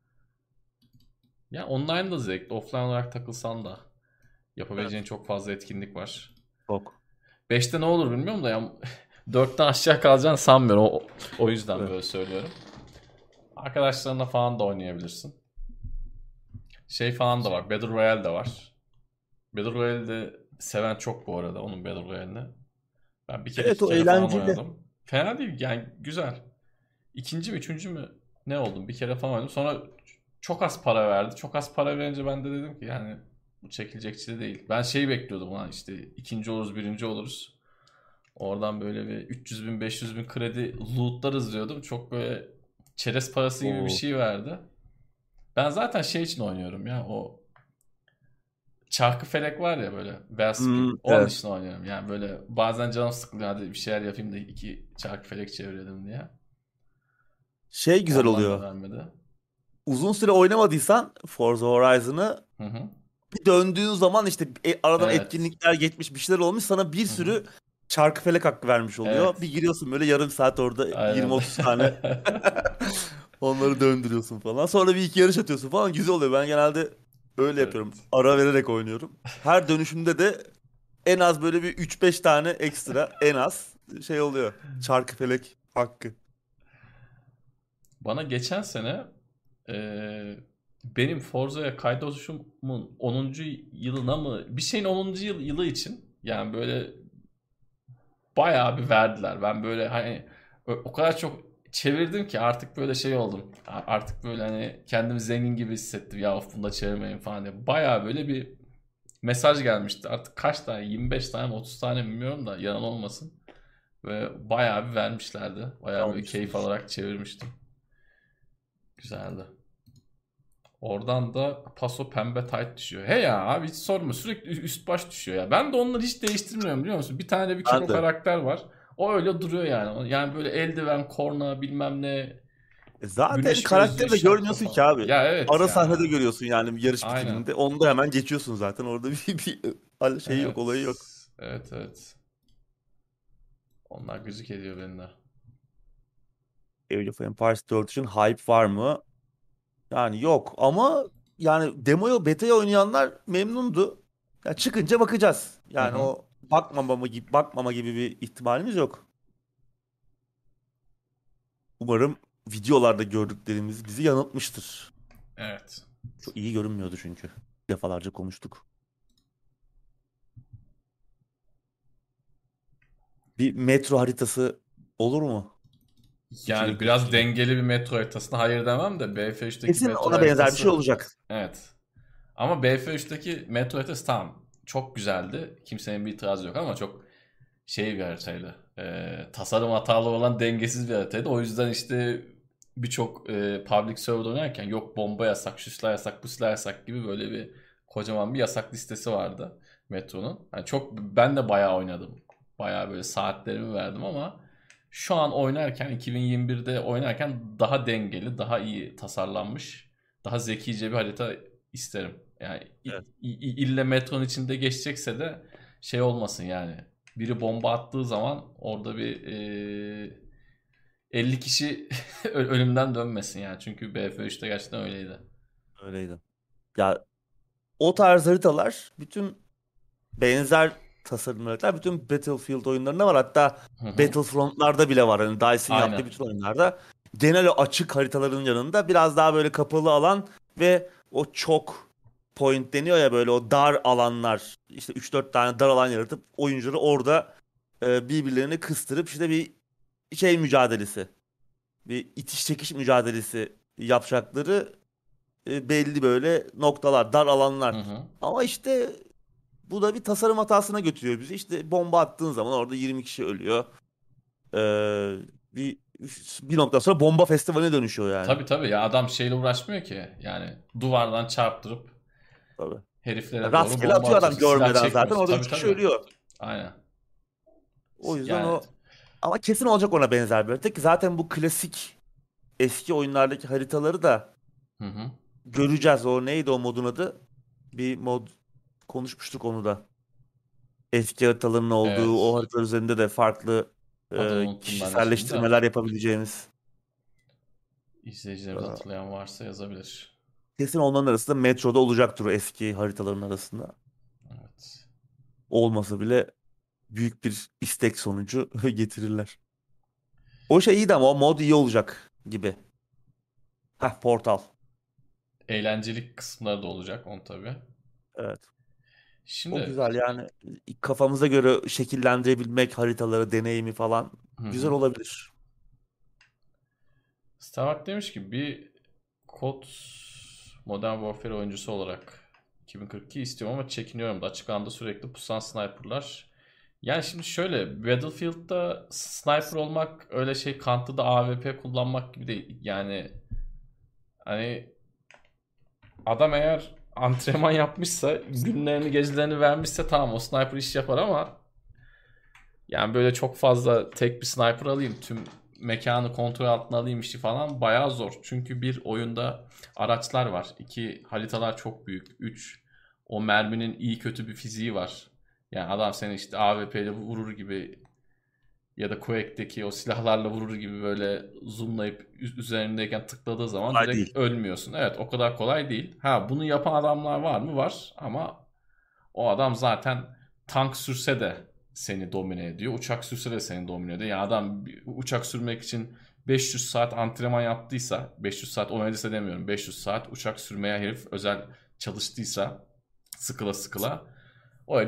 Ya online da zevkli, offline olarak takılsan da yapabileceğin Evet. çok fazla etkinlik var. Çok. 5'te ne olur bilmiyorum da ya 4'ten aşağı kalacağını sanmıyorum. O yüzden Evet. böyle söylüyorum. Arkadaşlarınla falan da oynayabilirsin. Şey falan da var. Battle Royale de var. Battle Royale'de seven çok bu arada, onun Battle Royale'ini. Ben bir kere Evet, iki o kere falan eğlenceli. oynadım. Fena değil yani, güzel. İkinci mi üçüncü mü ne oldum, bir kere falan oynadım. Sonra çok az para verdi. Çok az para verince ben de dedim ki yani bu çekilecek çile değil. Ben şeyi bekliyordum, ha işte ikinci oluruz, birinci oluruz. Oradan böyle bir 300 bin 500 bin kredi lootlarız diyordum. Çok böyle çerez parası gibi bir Oo. şey verdi. Ben zaten şey için oynuyorum ya, o çarkı felek var ya, böyle Bellspin. Onun Evet. için oynuyorum. Yani böyle bazen canım sıkılıyor, hadi bir şeyler yapayım da iki çarkı felek çevirelim diye. Şey güzel Ondan da oluyor. vermedi. Uzun süre oynamadıysan Forza Horizon'ı Hı hı. bir döndüğün zaman işte aradan Evet. etkinlikler geçmiş, bir şeyler olmuş, sana bir Hı hı. sürü çarkıfelek hakkı vermiş oluyor. Bir Evet. giriyorsun böyle yarım saat orada Aynen. 20-30 tane onları döndürüyorsun falan. Sonra bir iki yarış atıyorsun falan, güzel oluyor. Ben genelde öyle yapıyorum. Evet. Ara vererek oynuyorum. Her dönüşümde de en az böyle bir 3-5 tane ekstra en az şey oluyor. Çarkıfelek hakkı. Bana geçen sene benim Forza'ya kaydoluşumun 10. yılına mı, bir şeyin 10. yılı için, yani böyle bayağı bir verdiler. Ben böyle hani o kadar çok çevirdim ki artık böyle şey oldum. Artık böyle hani kendimi zengin gibi hissettim. Ya of bunda çevirmeyin falan diye. Bayağı böyle bir mesaj gelmişti. Artık kaç tane? 25 tane mi 30 tane mi bilmiyorum da yalan olmasın. Ve bayağı bir vermişlerdi. Bayağı böyle keyif Almışsınız. alarak çevirmiştim. Güzeldi. Oradan da paso pembe tight düşüyor. He ya abi hiç sorma, sürekli üst baş düşüyor ya. Ben de onları hiç değiştirmiyorum biliyor musun? Bir tane de bir Ben keko de. karakter var. O öyle duruyor yani. Yani böyle eldiven, korna bilmem ne, Zaten güneş gözlüğü, karakteri de şapka görmüyorsun ki falan. abi. Ya evet Ara sahnede ya. görüyorsun yani yarış Aynen. bitiminde. Onu da hemen geçiyorsun zaten. Orada bir şey yok, Evet. olayı yok. Evet evet. Onlar gözük ediyor bende. Age of Empires 4 için hype var mı? Yani yok ama yani demoyu, beta'yı oynayanlar memnundu. Ya çıkınca bakacağız. Hı Yani hı. o bakmama gibi bir ihtimalimiz yok. Umarım videolarda gördüklerimiz bizi yanıltmıştır. Evet. Çok iyi görünmüyordu çünkü. Defalarca konuştuk. Bir metro haritası olur mu? Yani biraz 2042'de. dengeli bir metro haritasına hayır demem de BF3'teki Kesin metro ona benzer bir şey haritası, olacak. evet. Ama BF3'teki metro haritası tamam. Çok güzeldi. Kimsenin bir itirazı yok ama çok şey bir haritaydı. Tasarım hatalı olan dengesiz bir haritaydı. O yüzden işte birçok public server oynarken yok bomba yasak, şu silah yasak, bu silah yasak gibi böyle bir kocaman bir yasak listesi vardı Metro'nun. Yani çok ben de bayağı oynadım. Bayağı böyle saatlerimi verdim ama şu an oynarken 2021'de oynarken daha dengeli, daha iyi tasarlanmış, daha zekice bir harita isterim. Yani Evet. ille metronun içinde geçecekse de şey olmasın yani. Biri bomba attığı zaman orada bir 50 kişi ölümden dönmesin yani. Çünkü BF3'te gerçekten öyleydi. Öyleydi. Ya o tarz haritalar bütün benzer tasarımlar bütün Battlefield oyunlarında var. Hatta Hı hı. Battlefront'larda bile var. Hani DICE'in Aynen. yaptığı bütün oyunlarda. Genel o açık haritaların yanında biraz daha böyle kapalı alan ve o çok point deniyor ya, böyle o dar alanlar. İşte 3-4 tane dar alan yaratıp oyuncuları orada birbirlerini kıstırıp işte bir şey mücadelesi. Bir itiş çekiş mücadelesi yapacakları belli böyle noktalar, dar Hı alanlar. hı. Ama işte bu da bir tasarım hatasına götürüyor bizi. İşte bomba attığın zaman orada 20 kişi ölüyor. Ee, bir bir noktadan sonra bomba festivaline dönüşüyor yani. Tabii tabii ya, adam şeyle uğraşmıyor ki. Yani duvardan çarptırıp Tabii. heriflere doğru Rastgele bomba atıyor adam atıyorsun. Silah görmeden zaten. çekmiyorsun. Orada Tabii 3 kişi tabii. ölüyor. Aynen. O yüzden Yani o, ama kesin olacak ona benzer bir harita ki zaten bu klasik eski oyunlardaki haritaları da hı hı. göreceğiz. O neydi o modun adı? Bir mod konuşmuştuk onu da. Eski haritaların olduğu o Evet. haritalar üzerinde de farklı Adını unuttum ben de şimdi de. kişiselleştirmeler yapabileceğimiz. İzleyicileri de e, hatırlayan varsa yazabilir. Kesin onların arasında Metro'da olacaktır, o eski haritaların arasında. Evet. Olmasa bile büyük bir istek sonucu getirirler. O şey iyiydi ama o mod iyi olacak gibi. Heh, Portal. Eğlencelik kısımları da olacak on tabii. Evet. O Şimdi güzel yani, kafamıza göre şekillendirebilmek haritaları, deneyimi falan hı güzel hı. olabilir. Starbuck demiş ki bir kod Modern Warfare oyuncusu olarak 2042 istiyorum ama çekiniyorum da açık alanda sürekli pusan sniperlar. Yani şimdi şöyle Battlefield'da sniper olmak öyle şey Counter'da AWP kullanmak gibi değil. Yani hani adam eğer antrenman yapmışsa günlerini gecelerini vermişse tamam o sniper iş yapar ama yani böyle çok fazla tek bir sniper alayım, tüm mekanı kontrol altına alayım işi falan bayağı zor. Çünkü bir oyunda araçlar var. İki haritalar çok büyük. Üç o merminin iyi kötü bir fiziği var. Yani adam seni işte AWP ile vurur gibi ya da Quake'deki o silahlarla vurur gibi böyle zoomlayıp üzerindeyken tıkladığı zaman Kolay değil. direkt ölmüyorsun. Evet o kadar kolay değil. Ha bunu yapan adamlar var mı? Var ama o adam zaten tank sürse de seni domine ediyor. Uçak sürse de seni domine ediyor. Yani adam uçak sürmek için 500 saat antrenman yaptıysa, 500 saat oynadıysa demiyorum, 500 saat uçak sürmeye herif özel çalıştıysa sıkıla sıkıla o herif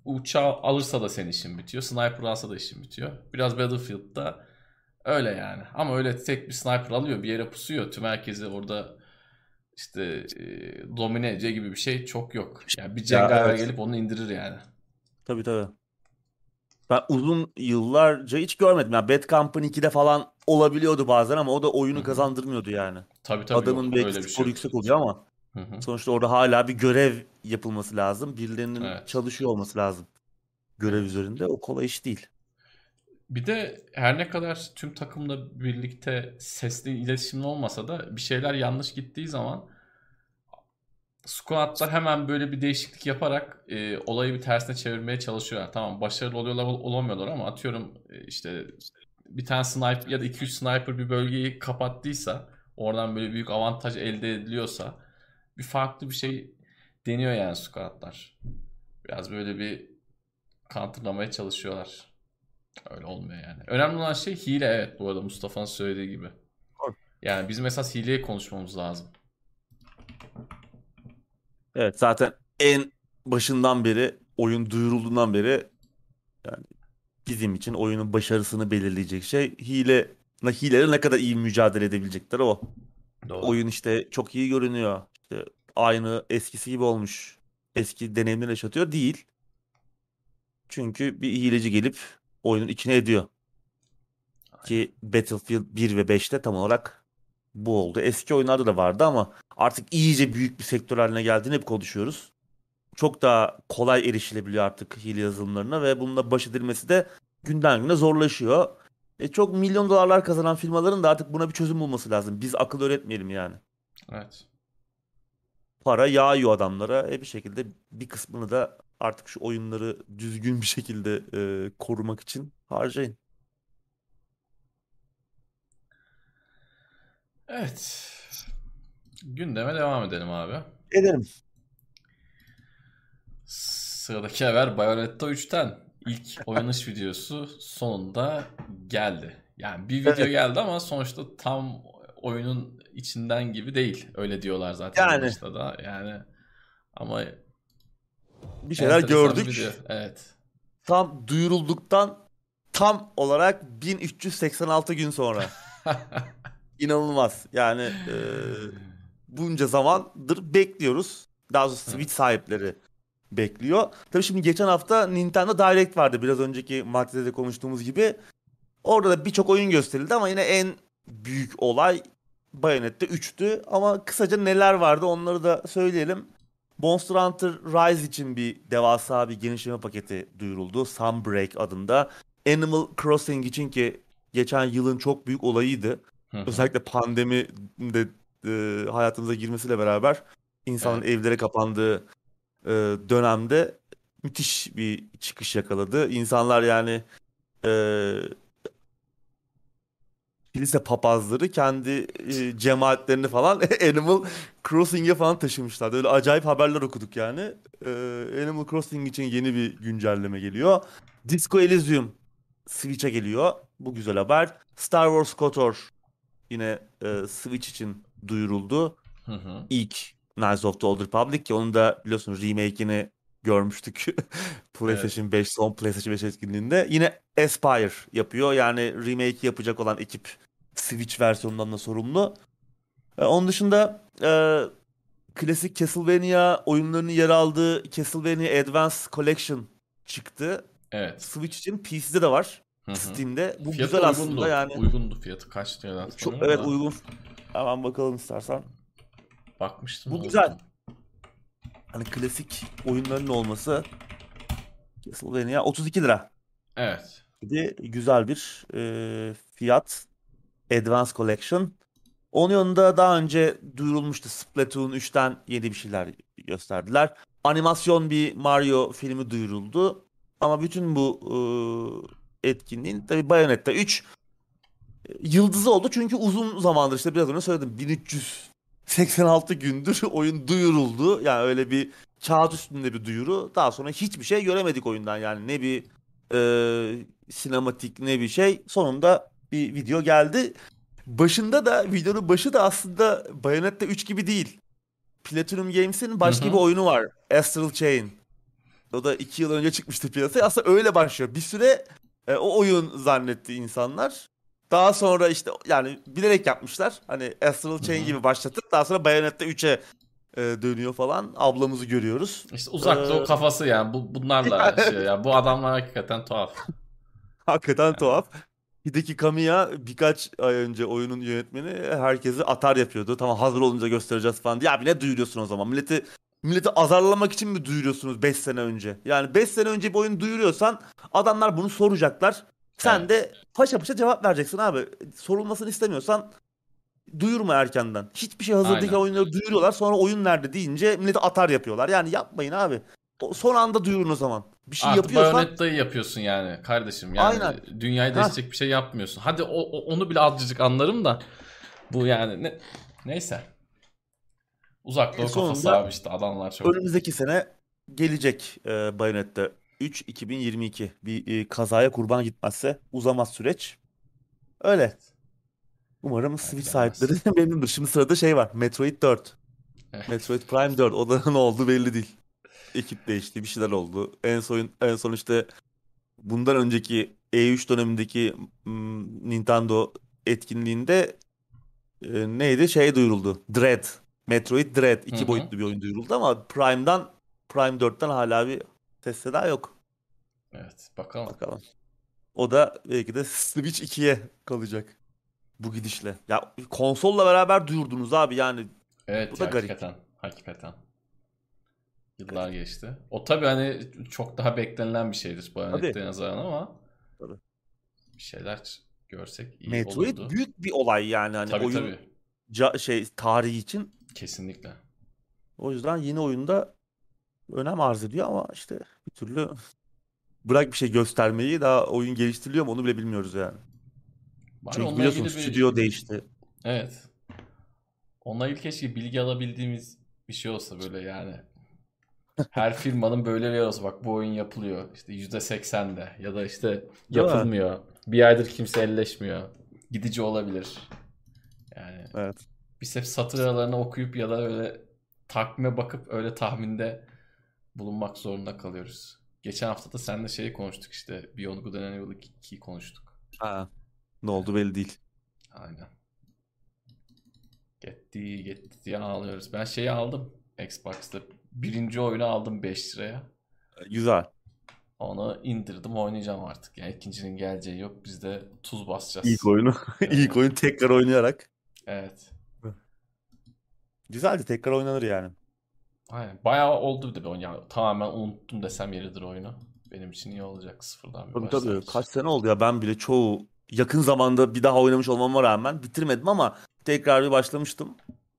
uçağı alırsa da senin işin bitiyor. Sniper alsa da işin bitiyor. Biraz Battlefield'da öyle yani. Ama öyle tek bir sniper alıyor, bir yere pusuyor. Tüm herkesi orada işte domine edeceği gibi bir şey çok yok. Yani bir Ya cengaver evet. gelip onu indirir yani. Tabii tabii. Ben uzun yıllarca hiç görmedim. Yani Bad Company 2'de falan olabiliyordu bazen ama o da Hı oyunu hı. kazandırmıyordu yani. Tabii tabii, Adamın yok. belki Öyle bir şey skoru yok. yüksek oluyor ama Hı hı. sonuçta orada hala bir görev yapılması lazım. Birilerinin Evet. çalışıyor olması lazım görev Evet. üzerinde. O kolay iş değil. Bir de her ne kadar tüm takımla birlikte sesli iletişimli olmasa da bir şeyler yanlış gittiği zaman squadlar hemen böyle bir değişiklik yaparak olayı bir tersine çevirmeye çalışıyorlar. Tamam, başarılı oluyorlar olamıyorlar ama atıyorum işte bir tane sniper ya da 2-3 sniper bir bölgeyi kapattıysa, oradan böyle büyük avantaj elde ediliyorsa bir farklı bir şey deniyor yani squadlar. Biraz böyle bir counterlamaya çalışıyorlar. Öyle olmuyor yani. Önemli olan şey hile, evet, bu arada Mustafa'nın söylediği gibi. Yani bizim esas hileyi konuşmamız lazım. Evet, zaten en başından beri, oyun duyurulduğundan beri, yani bizim için oyunun başarısını belirleyecek şey hileyle ne kadar iyi mücadele edebilecekler o. Doğru. Oyun işte çok iyi görünüyor. İşte aynı eskisi gibi olmuş. Eski deneyimleri yaşatıyor değil. Çünkü bir hileci gelip oyunun içine ediyor. Aynen. Ki Battlefield 1 ve 5'te tam olarak bu oldu. Eski oyunlarda da vardı ama artık iyice büyük bir sektör haline geldiğini hep konuşuyoruz. Çok daha kolay erişilebiliyor artık hile yazılımlarına ve bununla baş edilmesi de günden güne zorlaşıyor. Çok milyon dolarlar kazanan firmaların da artık buna bir çözüm bulması lazım. Biz akıl öğretmeyelim yani. Evet. Para yağıyor adamlara. Bir şekilde bir kısmını da artık şu oyunları düzgün bir şekilde korumak için harcayın. Evet. Gündeme devam edelim abi. Ederim. Sıradaki haber Bayonetta 3'ten. İlk oynanış videosu sonunda geldi. Yani bir video Evet. geldi ama sonuçta tam oyunun içinden gibi değil. Öyle diyorlar zaten en Yani başta da. Yani ama bir şeyler enteresan bir video. gördük. Evet. Tam duyurulduktan tam olarak 1386 gün sonra. İnanılmaz. Yani bunca zamandır bekliyoruz. Daha doğrusu Switch Evet. sahipleri bekliyor. Tabii şimdi geçen hafta Nintendo Direct vardı. Biraz önceki maddede de konuştuğumuz gibi. Orada da birçok oyun gösterildi ama yine en büyük olay Bayonetta 3'tü. Ama kısaca neler vardı onları da söyleyelim. Monster Hunter Rise için bir devasa bir genişleme paketi duyuruldu. Sunbreak adında. Animal Crossing için, ki geçen yılın çok büyük olayıydı. Hı hı. Özellikle pandemi de hayatımıza girmesiyle beraber insanların Evet. evlere kapandığı e, dönemde müthiş bir çıkış yakaladı. İnsanlar yani e, kilise papazları kendi cemaatlerini falan Animal Crossing'e falan taşımışlardı. Öyle acayip haberler okuduk yani. Animal Crossing için yeni bir güncelleme geliyor. Disco Elysium Switch'e geliyor. Bu güzel haber. Star Wars KOTOR yine Switch için duyuruldu. Hı hı. İlk Knights of the Old Republic, ki onun da biliyorsun remake'ini görmüştük. Evet. PlayStation 5, son PlayStation 5 etkinliğinde. Yine Aspyr yapıyor. Yani remake yapacak olan ekip Switch versiyonundan da sorumlu. Onun dışında klasik Castlevania oyunlarının yer aldığı Castlevania Advance Collection çıktı. Evet. Switch için PC'de de var. Hı hı. Steam'de. Bu Fiyatı da güzel aslında uygundu. yani. Uygundu fiyatı. Kaç liradan Çok, hatırlamıyorum evet, da. uygun. Hemen bakalım istersen. Bakmıştım da Bu güzel. unuttum. Hani klasik oyunların olması, Castlevania 32 lira. Evet. Bir de güzel bir fiyat. Advance Collection. Onun yanında daha önce duyurulmuştu. Splatoon 3'ten yeni bir şeyler gösterdiler. Animasyon bir Mario filmi duyuruldu. Ama bütün bu etkinliğin tabii Bayonetta 3 yıldızı oldu. Çünkü uzun zamandır, işte biraz önce söyledim, 1386 gündür oyun duyuruldu. Yani öyle bir kağıt üstünde bir duyuru. Daha sonra hiçbir şey göremedik oyundan. Yani ne bir sinematik ne bir şey. Sonunda bir video geldi. Başında da, videonun başı da aslında Bayonetta 3 gibi değil. Platinum Games'in Hı başka bir hı. oyunu var. Astral Chain. O da 2 yıl önce çıkmıştı piyasaya. Aslında öyle başlıyor. Bir süre o oyun zannetti insanlar. Daha sonra işte yani bilerek yapmışlar. Hani Astral Hı Chain hı. gibi başlatıp daha sonra Bayonetta 3'e dönüyor falan. Ablamızı görüyoruz. İşte uzak doğu kafası yani bunlarla şey ya, bu adamlar hakikaten tuhaf. Hakikaten Yani, tuhaf. Hideki Kamiya birkaç ay önce oyunun yönetmeni herkesi atar yapıyordu. Tamam hazır olunca göstereceğiz falan diye. Abi ne duyuruyorsun o zaman? Milleti azarlamak için mi duyuruyorsunuz 5 sene önce? Yani 5 sene önce bir oyun duyuruyorsan adamlar bunu soracaklar. Sen evet. de paşa paşa cevap vereceksin abi. Sorulmasını istemiyorsan duyurma erkenden. Hiçbir şey hazır değilken Aynen. oyunları duyuruyorlar. Sonra oyun nerede deyince milleti atar yapıyorlar. Yani yapmayın abi. Son anda duyurun o zaman. Bir şey Artı yapıyorsan Bayonetta'yı yapıyorsun yani kardeşim. Yani aynen. dünyayı Heh. değiştirecek bir şey yapmıyorsun. Hadi onu bile azıcık anlarım da bu yani neyse. Uzak En doğu kafası abi, sonunda işte adamlar çok. önümüzdeki sene gelecek Bayonetta 3 2022. Bir kazaya kurban gitmezse uzamaz süreç. Öyle. Evet. Umarım Belki Switch sahipleri gelmez. de memnundur. Şimdi sırada şey var. Metroid 4. Evet. Metroid Prime 4. O da ne oldu belli değil. Ekip değişti. Bir şeyler oldu. En son işte bundan önceki E3 dönemindeki Nintendo etkinliğinde neydi? Şey duyuruldu. Dread. Metroid Dread. Hı 2 hı. boyutlu bir oyun duyuruldu ama Prime 4'ten hala bir ses seda yok. Evet, bakalım. Bakalım. O da belki de Switch 2'ye kalacak bu gidişle. Ya konsolla beraber duyurdunuz abi yani bu Evet da ya, garip. hakikaten. Hakikaten. Yıllar Garip. geçti. O tabii hani çok daha beklenilen bir şeydir Tabii. Bayonetta'ya nazaran ama Tabii. bir şeyler görsek iyi Metroid olurdu. büyük bir olay yani hani Tabii oyun tabii. şey tarihi için. Kesinlikle. O yüzden yeni oyunda önem arz ediyor ama işte bir türlü bırak bir şey göstermeyi daha oyun geliştiriliyor mu onu bile bilmiyoruz yani. Var Çünkü onunla biliyorsun ilgili bir, stüdyo değişti. evet. Onunla ilgili keşke bilgi alabildiğimiz bir şey olsa böyle yani. Her firmanın böyle bir yer olsa, bak bu oyun yapılıyor. İşte %80'de ya da işte Değil mi? yapılmıyor. Bir aydır kimse elleşmiyor. Gidici olabilir. Yani Evet. biz hep satır aralarını okuyup ya da öyle takvime bakıp öyle tahminde bulunmak zorunda kalıyoruz. Geçen hafta da seninle şeyi konuştuk, işte Beyond Good and Evil 2'yi konuştuk. Ha, ne oldu Yani belli değil. aynen. Gitti diye ağlıyoruz. Ben şeyi aldım Xbox'ta. Birinci oyunu aldım 5 liraya. Güzel. Onu indirdim, oynayacağım artık. Yani ikincinin geleceği yok. Biz de tuz İlk basacağız. oyunu. İlk oyun tekrar oynayarak. Evet. Güzeldi tekrar oynanır yani. Aynen. Bayağı oldu bir de ben yani tamamen unuttum desem yeridir oyunu. Benim için iyi olacak sıfırdan bir Tabii tabii. başlangıç. Kaç sene oldu ya ben bile çoğu yakın zamanda bir daha oynamış olmama rağmen bitirmedim ama tekrar bir başlamıştım.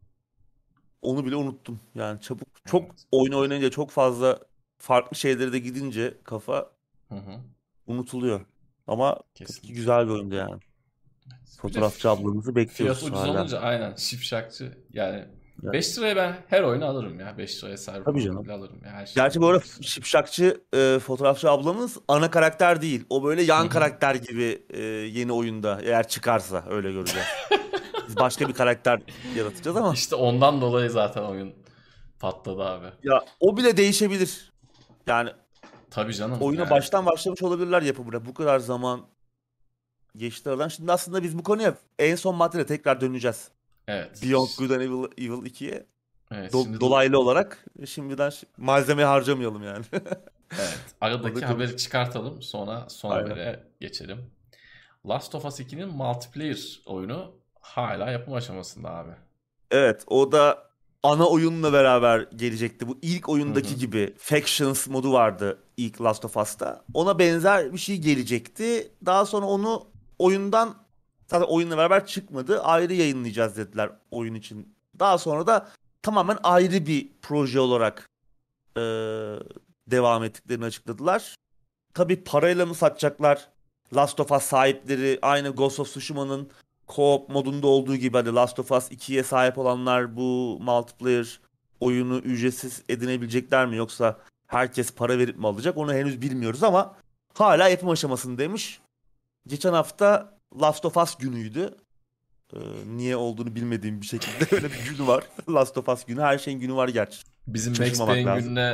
Onu bile unuttum. Yani çabuk çok Evet. oyun oynayınca çok fazla farklı şeylere de gidince kafa Hı hı. unutuluyor. Ama tabii ki Kesinlikle. güzel bir oyundu yani. Bir de Fotoğrafçı ablamızı fiyat bekliyoruz ucuz hala. olunca aynen şipşakçı. Yani Ya, 5 liraya ben her oyunu alırım ya. 5 liraya tabii Cyberpunk'u canım. bile alırım ya. Her şeyi Gerçi bu alırım arada 5 liraya. şipşakçı fotoğrafçı ablamız ana karakter değil. O böyle Hı yan hı. karakter gibi yeni oyunda eğer çıkarsa öyle göreceğiz. Biz başka bir karakter yaratacağız ama İşte ondan dolayı zaten oyun patladı abi. ya o bile değişebilir. Yani Tabii canım oyuna yani. baştan başlamış olabilirler yapımına. Bu kadar zaman geçti aradan. Şimdi aslında biz bu konuya en son maddede tekrar döneceğiz. Evet. Beyond Good and Evil 2'ye Evet şimdi dolaylı olarak şimdiden malzemeyi harcamayalım yani. evet, Orada aradaki haberi konuş. çıkartalım, sonra son Aynen. habere geçelim. Last of Us 2'nin multiplayer oyunu hala yapım aşamasında abi. Evet, o da ana oyunla beraber gelecekti. Bu ilk Hı oyundaki hı. gibi Factions modu vardı ilk Last of Us'ta. Ona benzer bir şey gelecekti. Daha sonra onu oyundan zaten oyunla beraber çıkmadı. Ayrı yayınlayacağız dediler oyun için. Daha sonra da tamamen ayrı bir proje olarak e, devam ettiklerini açıkladılar. Tabii parayla mı satacaklar? Last of Us sahipleri aynı Ghost of Tsushima'nın co-op modunda olduğu gibi hani Last of Us 2'ye sahip olanlar bu multiplayer oyunu ücretsiz edinebilecekler mi yoksa herkes para verip mi alacak onu henüz bilmiyoruz ama hala yapım aşamasındaymış. Geçen hafta Last of Us günüydü. Niye olduğunu bilmediğim bir şekilde öyle bir gün var. Last of Us günü. Her şeyin günü var gerçi. Bizim Max Şaşırmamak Payne'in lazım. gününe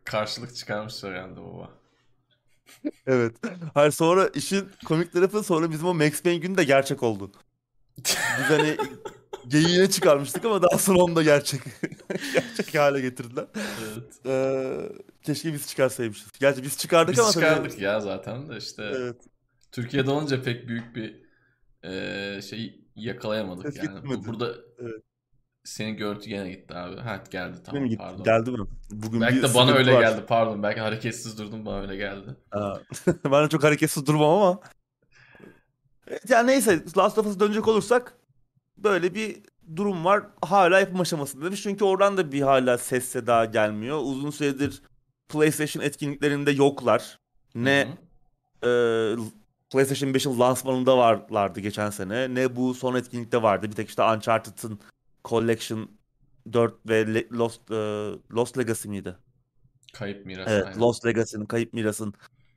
Karşılık çıkarmışlar yani baba. Evet. Hayır, sonra işin komik tarafı, sonra bizim o Max Payne günü de gerçek oldu. Biz hani geyiğine çıkarmıştık ama daha sonra onu da gerçek hale getirdiler. Evet. Keşke biz çıkarsaymışız. Gerçi biz çıkardık Biz ama tabii çıkardık ya zaten de işte evet, Türkiye'de olunca pek büyük bir şey yakalayamadık ses yani. getirmedi. Burada Evet. senin görüntü gene gitti abi. Ha geldi Yine mi tamam gitti? pardon. Geldi mi? Bugün Belki bir de bana sıkıntı öyle var. geldi pardon. Belki hareketsiz durdum bana öyle geldi. Aa, ben de çok hareketsiz durmam ama. Evet, yani neyse, Last of Us'a dönecek olursak böyle bir durum var. Hala yapım aşamasında demiş. Çünkü oradan da bir hala ses seda gelmiyor. Uzun süredir PlayStation etkinliklerinde yoklar. Hı Ne hı. e, PlayStation 5'in lansmanında varlardı geçen sene. Ne bu son etkinlikte vardı. Bir tek işte Uncharted'ın Collection 4 ve Lost Legacy miydi? Kayıp miras Evet, aynen. Lost Legacy'nin, Kayıp Miras'ın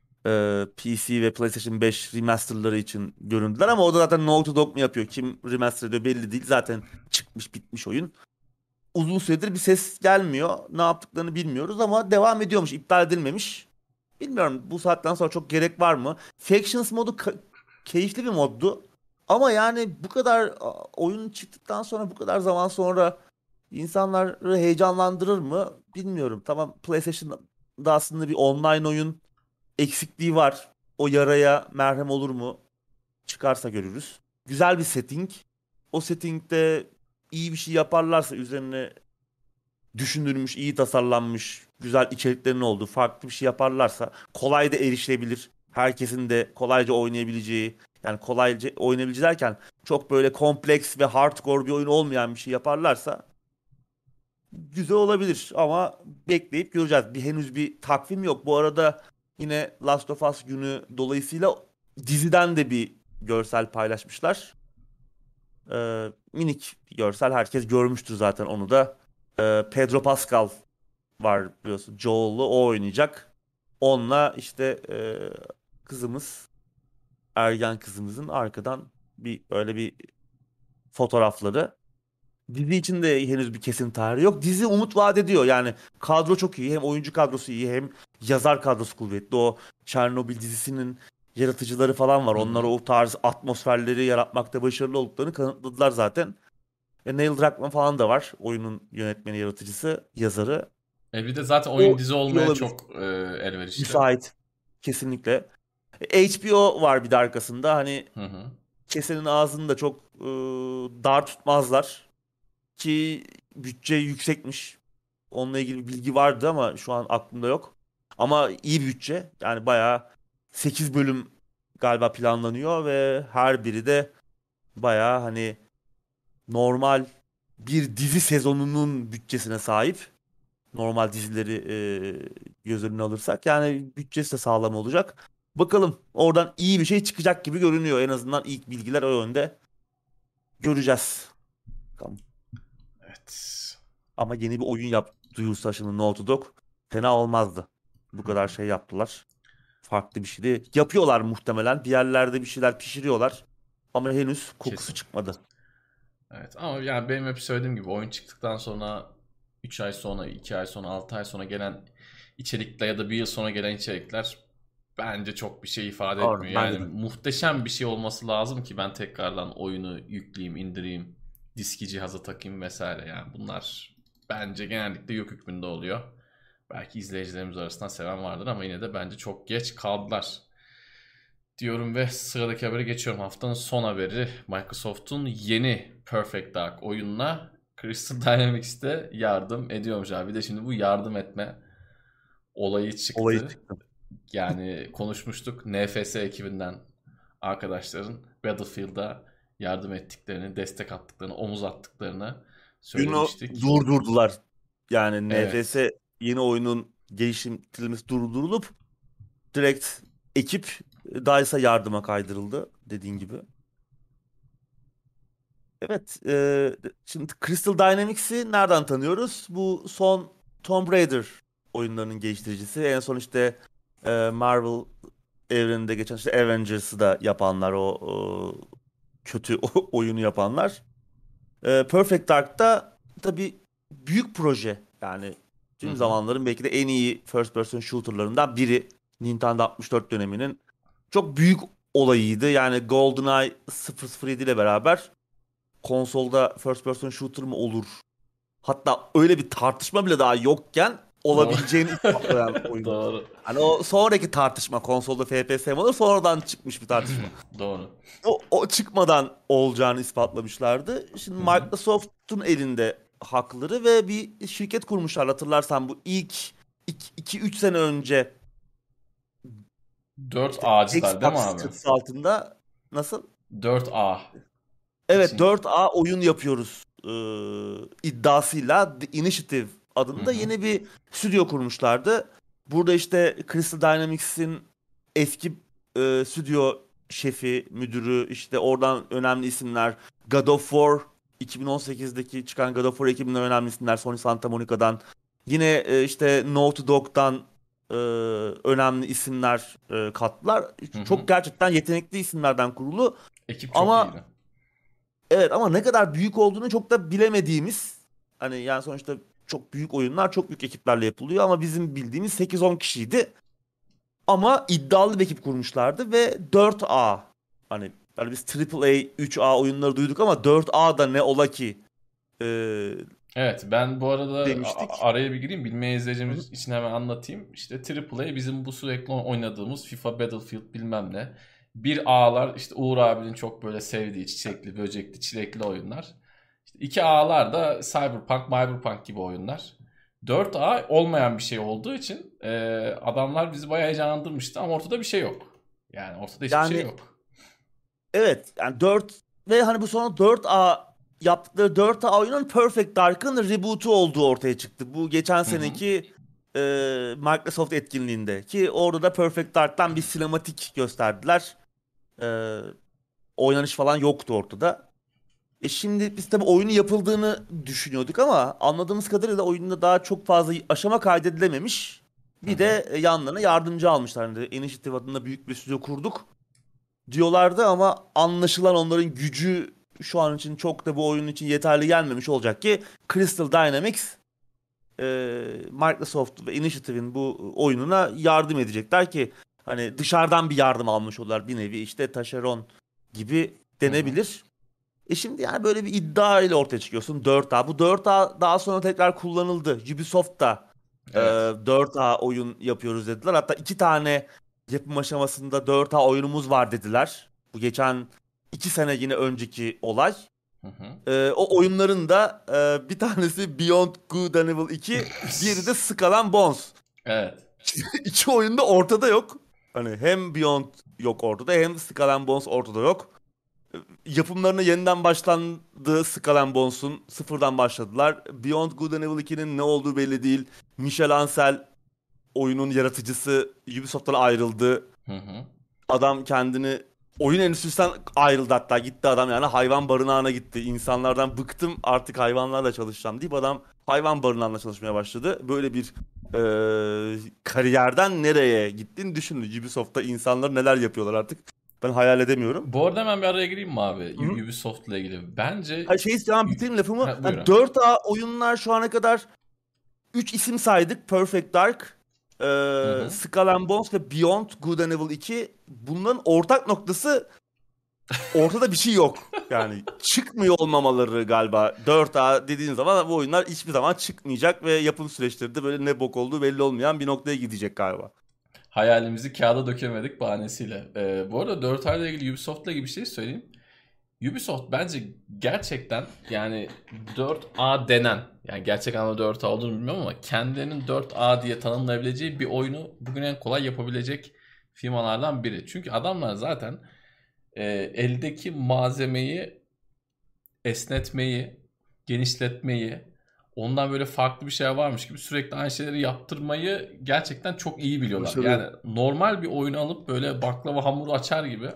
PC ve PlayStation 5 remasterları için göründüler ama o da zaten Naughty Dog mu yapıyor? Kim remaster ediyor belli değil. Zaten çıkmış bitmiş oyun. Uzun süredir bir ses gelmiyor. Ne yaptıklarını bilmiyoruz ama devam ediyormuş. İptal edilmemiş. Bilmiyorum, bu saatten sonra çok gerek var mı? Factions modu keyifli bir moddu. Ama yani bu kadar oyun çıktıktan sonra, bu kadar zaman sonra insanları heyecanlandırır mı? Bilmiyorum. Tamam, PlayStation'da aslında bir online oyun eksikliği var. O yaraya merhem olur mu? Çıkarsa görürüz. Güzel bir setting. O settingde iyi bir şey yaparlarsa, üzerine düşünülmüş, iyi tasarlanmış, güzel içeriklerin olduğu farklı bir şey yaparlarsa, kolay da erişilebilir. Herkesin de kolayca oynayabileceği, yani kolayca oynayabileceği derken çok böyle kompleks ve hardcore bir oyun olmayan bir şey yaparlarsa güzel olabilir ama bekleyip göreceğiz. Henüz bir takvim yok. Bu arada yine Last of Us günü dolayısıyla diziden de bir görsel paylaşmışlar. Minik bir görsel. Herkes görmüştür zaten onu da. Pedro Pascal var biliyorsun. Joel'u o oynayacak. Onunla işte kızımız, ergen kızımızın arkadan bir böyle bir fotoğrafları. Dizi için de henüz bir kesin tarihi yok. Dizi umut vaat ediyor. Yani kadro çok iyi. Hem oyuncu kadrosu iyi, hem yazar kadrosu kuvvetli. O Chernobyl dizisinin yaratıcıları falan var. Hı Onlar hı. o tarz atmosferleri yaratmakta başarılı olduklarını kanıtladılar zaten. Neil Druckmann falan da var. Oyunun yönetmeni, yaratıcısı, yazarı. Bir de zaten oyun O dizi iyi olmaya olabilir. çok elverişli. Müsait. Kesinlikle. HBO var bir de arkasında. Hani Hı hı. kesenin ağzını da çok dar tutmazlar. Ki bütçe yüksekmiş. Onunla ilgili bir bilgi vardı ama şu an aklımda yok. Ama iyi bir bütçe. Yani bayağı 8 bölüm galiba planlanıyor ve her biri de bayağı hani normal bir dizi sezonunun bütçesine sahip. Normal dizileri göz önüne alırsak. Yani bütçesi de sağlam olacak. Bakalım, oradan iyi bir şey çıkacak gibi görünüyor. En azından ilk bilgiler o yönde. Göreceğiz. Bakalım. Evet. Ama yeni bir oyun duyursa şimdi Naughty Dog fena olmazdı. Bu Hı hı. kadar şey yaptılar. Farklı bir şeydi. Yapıyorlar muhtemelen. Bir yerlerde bir şeyler pişiriyorlar. Ama henüz kokusu Kesin. çıkmadı. Evet ama yani benim hep söylediğim gibi oyun çıktıktan sonra 3 ay sonra, 2 ay sonra, 6 ay sonra gelen içerikler ya da bir yıl sonra gelen içerikler bence çok bir şey ifade Doğru, etmiyor. bence Yani de. muhteşem bir şey olması lazım ki ben tekrardan oyunu yükleyeyim, indireyim, diski cihaza takayım vesaire. Yani bunlar bence genellikle yok hükmünde oluyor. Belki izleyicilerimiz arasında seven vardır ama yine de bence çok geç kaldılar diyorum ve sıradaki habere geçiyorum. Haftanın son haberi Microsoft'un yeni Perfect Dark oyununa Crystal Dynamics'te yardım ediyormuş abi. Bir de şimdi bu yardım etme olayı Olayı çıktı. çıktı. Yani konuşmuştuk. NFS ekibinden arkadaşların Battlefield'a yardım ettiklerini, destek attıklarını, omuz attıklarını Günü söylemiştik. durdurdular. Yani Evet. NFS yeni oyunun geliştirilmesi durdurulup direkt ekip DICE'a yardıma kaydırıldı dediğin gibi. Evet, şimdi Crystal Dynamics'i nereden tanıyoruz? Bu son Tomb Raider oyunlarının geliştiricisi. En son işte Marvel evreninde geçen işte Avengers'ı da yapanlar, o kötü oyunu yapanlar. Perfect Dark'ta tabii büyük proje, yani Hı Tüm hı. zamanların belki de en iyi first person shooter'larından biri. Nintendo 64 döneminin çok büyük olayıydı. Yani GoldenEye 007 ile beraber konsolda first person shooter mı olur? Hatta öyle bir tartışma bile daha yokken Doğru. olabileceğini ispatlayan oyun. Doğru. Hani o sonraki tartışma konsolda FPS mi olur sonradan çıkmış bir tartışma. Doğru. O çıkmadan olacağını ispatlamışlardı. Şimdi Hı hı. Microsoft'un elinde hakları ve bir şirket kurmuşlar. Hatırlarsan bu ilk 2-3 sene önce 4 işte A'cılar değil mi Xbox abi? çatısı altında nasıl? 4A Evet, için. 4A oyun yapıyoruz iddiasıyla The Initiative Hı adında hı. yeni bir stüdyo kurmuşlardı. Burada işte Crystal Dynamics'in eski stüdyo şefi, müdürü, işte oradan önemli isimler, God of War 2018'deki çıkan God of War ekibinden önemli isimler, Sony Santa Monica'dan, yine işte Naughty Dog'dan e, önemli isimler kattılar. Hı hı. Çok gerçekten yetenekli isimlerden kurulu. Ekip çok Ama iyiydi. evet, ama ne kadar büyük olduğunu çok da bilemediğimiz, hani yani sonuçta çok büyük oyunlar çok büyük ekiplerle yapılıyor ama bizim bildiğimiz 8-10 kişiydi. Ama iddialı bir ekip kurmuşlardı ve 4A, hani biz AAA 3A oyunları duyduk ama 4A da ne ola ki e, Evet, ben bu arada demiştik. araya bir gireyim. Bilmeyen Hı hı. izleyicimiz için hemen anlatayım. İşte AAA bizim bu sürekli oynadığımız FIFA, Battlefield bilmem ne. Bir A'lar işte Uğur abinin çok böyle sevdiği çiçekli, böcekli, çilekli oyunlar. İşte 2 A'lar da Cyberpunk gibi oyunlar. 4A olmayan bir şey olduğu için adamlar bizi bayağı heyecanlandırmıştı ama ortada bir şey yok. Yani ortada hiçbir şey Yani yok. evet, yani 4 ve hani bu sonra 4A yaptıkları 4A oyunun Perfect Dark'ın reboot'u olduğu ortaya çıktı. Bu geçen Hı hı. seneki Microsoft etkinliğinde ki orada da Perfect Dark'tan bir sinematik gösterdiler. E, Oynanış falan yoktu ortada. Şimdi biz tabii oyunun yapıldığını düşünüyorduk ama anladığımız kadarıyla oyunda daha çok fazla aşama kaydedilememiş. Hı Bir hı. de yanlarına yardımcı almışlar. Hani Initiative adında büyük bir stüdyo kurduk diyorlardı ama anlaşılan onların gücü şu an için çok da bu oyun için yeterli gelmemiş olacak ki Crystal Dynamics e, Microsoft ve Initiative'in bu oyununa yardım edecekler ki hani dışarıdan bir yardım almış olurlar, bir nevi işte taşeron gibi Hı hı. denebilir. Şimdi yani böyle bir iddia ile ortaya çıkıyorsun 4A. Bu 4A daha sonra tekrar kullanıldı. Ubisoft da Evet. 4A oyun yapıyoruz dediler. Hatta 2 tane yapım aşamasında 4A oyunumuz var dediler. Bu geçen 2 sene yine önceki olay. Hı hı. O oyunların da bir tanesi Beyond Good and Evil 2, diğeri de Skull and Bones. Evet. İki oyun da ortada yok. Hani hem Beyond yok ortada hem Skull and Bones ortada yok. Yapımlarına yeniden başlandı Skull and Bones'un. Sıfırdan başladılar. Beyond Good and Evil 2'nin ne olduğu belli değil. Michel Ancel oyunun yaratıcısı Ubisoft'tan ayrıldı. Hı hı. Adam kendini oyun endüstrisinden ayrıldı, hatta gitti adam, yani hayvan barınağına gitti. İnsanlardan bıktım artık, hayvanlarla çalışacağım deyip adam hayvan barınağında çalışmaya başladı. Böyle bir kariyerden nereye gittiğini düşünün. Ubisoft'ta insanlar neler yapıyorlar artık. Ben hayal edemiyorum. Bu arada hemen bir araya gireyim mi abi? Hı hı. Ubisoft'la ilgili. Bence Hayır, şey istiyorum, bitireyim lafımı. ha, Yani buyurun. 4A oyunlar şu ana kadar 3 isim saydık. Perfect Dark, Hı hı. Skull and Bones ve Beyond Good and Evil 2. Bunların ortak noktası, ortada bir şey yok. Yani çıkmıyor olmamaları galiba. 4A dediğin zaman bu oyunlar hiçbir zaman çıkmayacak ve yapım süreçleri de böyle ne bok olduğu belli olmayan bir noktaya gidecek galiba. Hayalimizi kağıda dökemedik bahanesiyle. Bu arada 4 ayla ilgili Ubisoft'la ilgili bir şey söyleyeyim. Ubisoft bence gerçekten yani 4A denen, yani gerçek anlamda 4A olduğunu bilmiyorum ama kendilerinin 4A diye tanımlayabileceği bir oyunu bugün en kolay yapabilecek firmalardan biri. Çünkü adamlar zaten eldeki malzemeyi esnetmeyi, genişletmeyi, ondan böyle farklı bir şey varmış gibi sürekli aynı şeyleri yaptırmayı gerçekten çok iyi biliyorlar. Başarıyor. Yani normal bir oyunu alıp böyle baklava hamuru açar gibi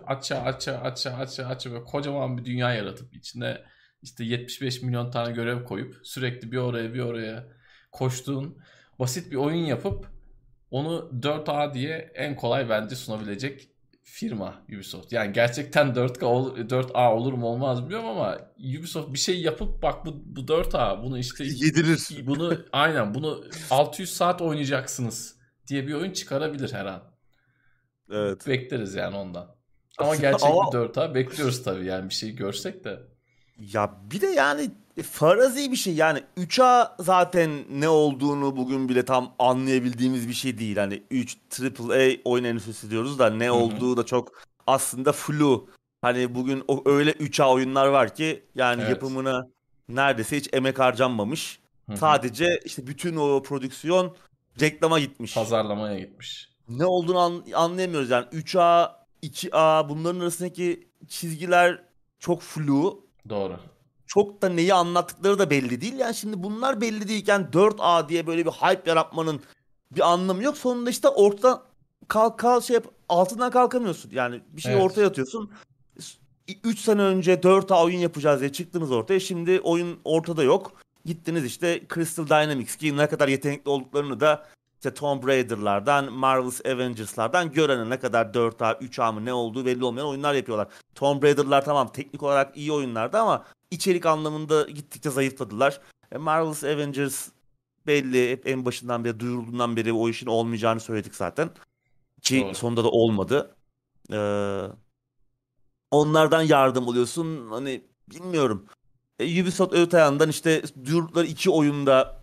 aça böyle kocaman bir dünya yaratıp içine işte 75 milyon tane görev koyup sürekli bir oraya bir oraya koştuğun basit bir oyun yapıp onu 4A diye en kolay bence sunabilecek firma Ubisoft. Yani gerçekten 4A olur mu olmaz bilmiyorum ama Ubisoft bir şey yapıp bak bu 4A bunu işte Yedirir. bunu 600 saat oynayacaksınız diye bir oyun çıkarabilir her an. Evet. Bekleriz yani ondan. Ama gerçek bir Ama 4A bekliyoruz tabii yani bir şey görsek de. ya bir de yani farazi bir şey. Yani 3A zaten ne olduğunu bugün bile tam anlayabildiğimiz bir şey değil. Hani 3 AAA oyun endüstrisi diyoruz da ne Hı hı. olduğu da çok aslında flu. Hani bugün öyle 3A oyunlar var ki yani Evet. yapımına neredeyse hiç emek harcanmamış. Hı hı. Sadece işte bütün o prodüksiyon reklama gitmiş. Pazarlamaya gitmiş. Ne olduğunu anlayamıyoruz. Yani 3A, 2A bunların arasındaki çizgiler çok flu. Doğru. Çok da neyi anlattıkları da belli değil. Yani şimdi bunlar belli değilken 4A diye böyle bir hype yaratmanın bir anlamı yok. Sonunda işte ortadan kalk şey yap, altından kalkamıyorsun. Yani bir şeyi ortaya Evet. atıyorsun. 3 sene önce 4A oyun yapacağız diye çıktınız ortaya. Şimdi oyun ortada yok. Gittiniz işte Crystal Dynamics ki ne kadar yetenekli olduklarını da işte Tomb Raider'lardan, Marvel's Avengers'lardan görene ne kadar 4A, 3A mı ne olduğu belli olmayan oyunlar yapıyorlar. Tomb Raider'lar tamam teknik olarak iyi oyunlardı ama içerik anlamında gittikçe zayıfladılar. Marvel's Avengers belli. Hep en başından beri duyurulduğundan beri o işin olmayacağını söyledik zaten. Ki Doğru. sonunda da olmadı. Ee, onlardan yardım alıyorsun. Hani bilmiyorum. Ubisoft öte yandan işte duyurdukları iki oyunda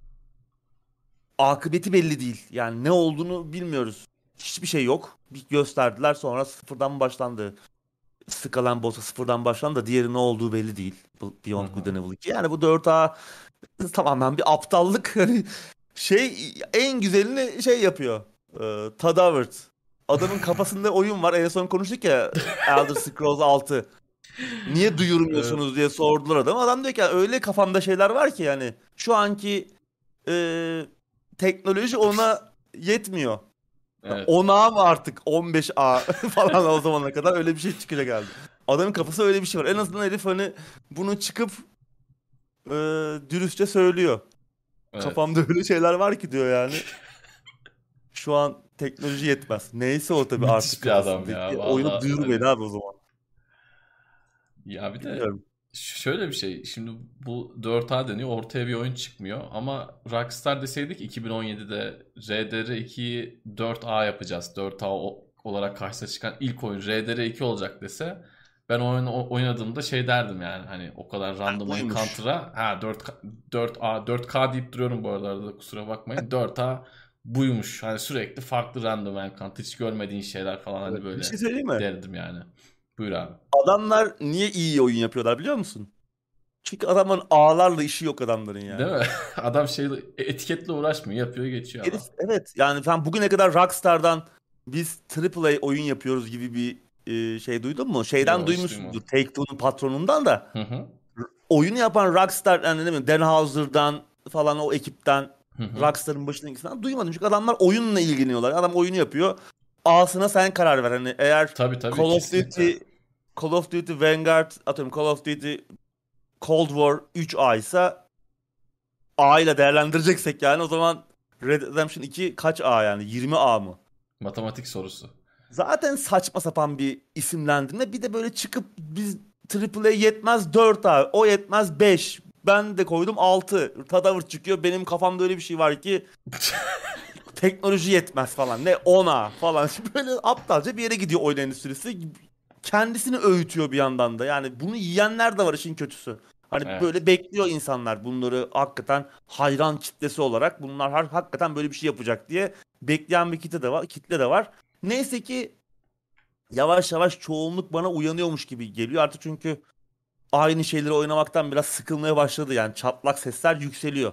akıbeti belli değil. Yani ne olduğunu bilmiyoruz. Hiçbir şey yok. Bir gösterdiler sonra sıfırdan başlandı. Skull and Bones'a sıfırdan başlandı da diğeri ne olduğu belli değil. Hı Beyond Good hı. and Evil 2. Yani bu 4A tamamen bir aptallık. Hani şey en güzelini şey yapıyor. Todd Howard. Adamın kafasında oyun var. En son konuştuk ya Elder Scrolls 6. Niye Evet. duyurmuyorsunuz diye sordular adam. Adam diyor ki öyle kafamda şeyler var ki yani şu anki e, teknoloji ona yetmiyor. Evet. 10A mı artık 15A falan o zamana kadar öyle bir şey çıkacak geldi. Adamın kafası öyle bir şey var. En azından herif hani bunu çıkıp e, dürüstçe söylüyor. Evet. Kafamda öyle şeyler var ki diyor yani. Şu an teknoloji yetmez. Neyse o tabii artık Müthiş bir adam ya. kafasındaki. Oyunu Valla duyurmayın hani abi o zaman. ya bir de Bilmiyorum. şöyle bir şey. Şimdi bu 4A deniyor. Ortaya bir oyun çıkmıyor. Ama Rockstar deseydik 2017'de RDR2'yi 4A yapacağız. 4A olarak karşısına çıkan ilk oyun RDR2 olacak dese ben oyunu oynadığımda şey derdim yani hani o kadar Ha, random buymuş. encounter'a 4A 4K deyip duruyorum bu arada kusura bakmayın. 4A buymuş. Hani sürekli farklı random encounter hiç görmediğin şeyler falan hani Evet. Bir böyle şey söyleyeyim mi? derdim yani. Buyur abi. Adamlar niye iyi oyun yapıyorlar biliyor musun? Çünkü adamın ağlarla işi yok adamların Değil yani. mi? Adam şey etiketle uğraşmıyor. Yapıyor geçiyor Herif adam. evet yani ben bugüne kadar Rockstar'dan biz AAA oyun yapıyoruz gibi bir şey duydun mu? Şeyden Yo hiç duymuşsundur. duymadım. Take-Two'nun patronundan da. Hı hı. Oyunu yapan Rockstar yani ne bileyim Dan Houser'dan falan o ekipten Hı hı. Rockstar'ın başındakisinden duymadım. Çünkü adamlar oyunla ilgileniyorlar. Adam oyunu yapıyor. A'sına sen karar ver. Hani eğer Tabii Call tabii of kesinlikle. Duty Call of Duty Vanguard atıyorum Call of Duty Cold War 3A ise A ile değerlendireceksek yani o zaman Red Dead Redemption 2 kaç A yani 20A mı? Matematik sorusu. Zaten saçma sapan bir isimlendirme. Bir de böyle çıkıp biz AAA yetmez 4A, o yetmez 5. Ben de koydum 6. Tadavır çıkıyor. Benim kafamda öyle bir şey var ki teknoloji yetmez falan. Ne 10A falan. Şimdi böyle aptalca bir yere gidiyor oyun endüstrisi. Kendisini öğütüyor bir yandan da. Yani bunu yiyenler de var işin kötüsü. Hani Evet. böyle bekliyor insanlar bunları hakikaten hayran kitlesi olarak. Bunlar hakikaten böyle bir şey yapacak diye bekleyen bir kitle de var. Neyse ki yavaş yavaş çoğunluk bana uyanıyormuş gibi geliyor. Artık çünkü aynı şeyleri oynamaktan biraz sıkılmaya başladı. Yani çatlak sesler yükseliyor.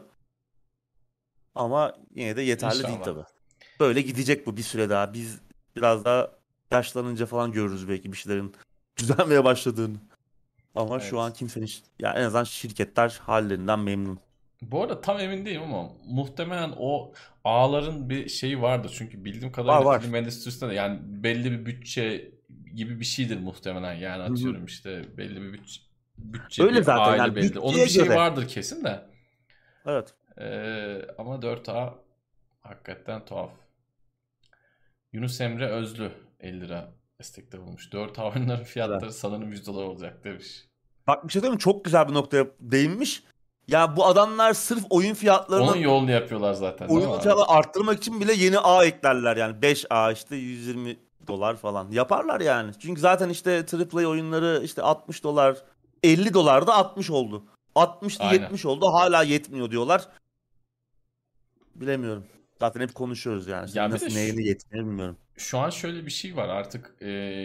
Ama yine de yeterli değil İnşallah. tabii. Böyle gidecek bu bir süre daha. Biz biraz daha yaşlanınca falan görürüz belki bir şeylerin düzelmeye başladığını. Ama şu an Evet. kimsenin yani en azından şirketler hallerinden memnun. Bu arada tam emin değilim ama muhtemelen o ağların bir şeyi vardır. Çünkü bildiğim Var kadarıyla var. film endüstrisinde de yani belli bir bütçe gibi bir şeydir muhtemelen. Yani Hı hı. atıyorum işte belli bir bütçe Öyle bir zaten aile yani belli. Onun bütçeye bir şeyi göre. vardır kesin de. Evet. Ama 4A hakikaten tuhaf. Yunus Emre Özlü 50 lira destekte bulmuş. 4A oyunların Evet. fiyatları sanırım $100 olacak demiş. Bak bir şey söyleyeyim mi? Çok güzel bir noktaya değinmiş. Ya bu adamlar sırf oyun Onun fiyatlarını yolunu yapıyorlar zaten değil mi oyunun abi? fiyatlarını arttırmak için bile yeni ağ eklerler yani. 5A işte $120 falan. Yaparlar yani. Çünkü zaten işte AAA oyunları işte $60, $50 da 60 oldu. 60'tı Aynen. 70 oldu. Hala yetmiyor diyorlar. Bilemiyorum. Zaten hep konuşuyoruz yani. İşte Ya bir de nasıl neyini yetmiyor bilmiyorum. şu an şöyle bir şey var artık,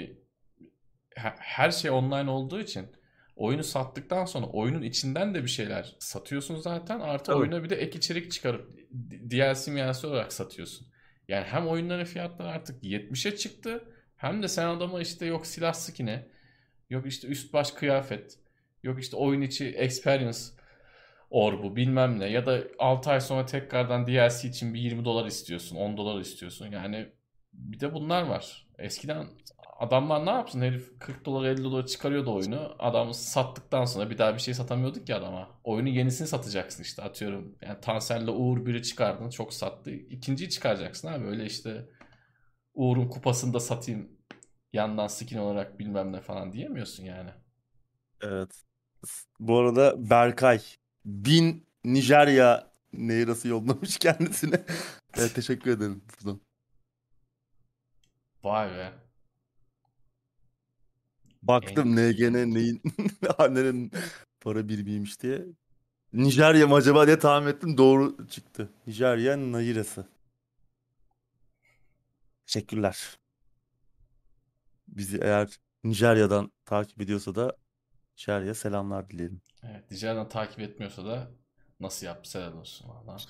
her şey online olduğu için oyunu sattıktan sonra oyunun içinden de bir şeyler satıyorsun zaten. Artı Tabii. oyuna bir de ek içerik çıkarıp DLC DLC olarak satıyorsun. Yani hem oyunların fiyatları artık 70'e çıktı, hem de sen adama işte yok silah skin'e, yok işte üst baş kıyafet, yok işte oyun içi experience orbu bilmem ne, ya da 6 ay sonra tekrardan DLC için bir $20 istiyorsun, $10 istiyorsun. Yani bir de bunlar var. Eskiden adamlar ne yapsın? Herif $40 $50 çıkarıyordu oyunu. Adamı sattıktan sonra bir daha bir şey satamıyorduk ki adama. Oyunun yenisini satacaksın işte, atıyorum. Yani Tansel'le Uğur biri çıkardın, çok sattı. İkinciyi çıkaracaksın abi. Öyle işte Uğur'un kupasını da satayım yandan skin olarak bilmem ne falan diyemiyorsun yani. Evet. Bu arada Berkay 1000 Nijerya Neyrası yollamış kendisine. Teşekkür ederim buradan. Vay be. Baktım NGN NGN. neyin nerenin para birimiymiş diye. Nijerya mı acaba diye tahmin ettim. Doğru çıktı. Nijerya Nairası. Teşekkürler. Bizi eğer Nijerya'dan takip ediyorsa da Nijerya selamlar dileyelim. Evet, Dijer'den takip etmiyorsa da nasıl yaptı helal olsun valla.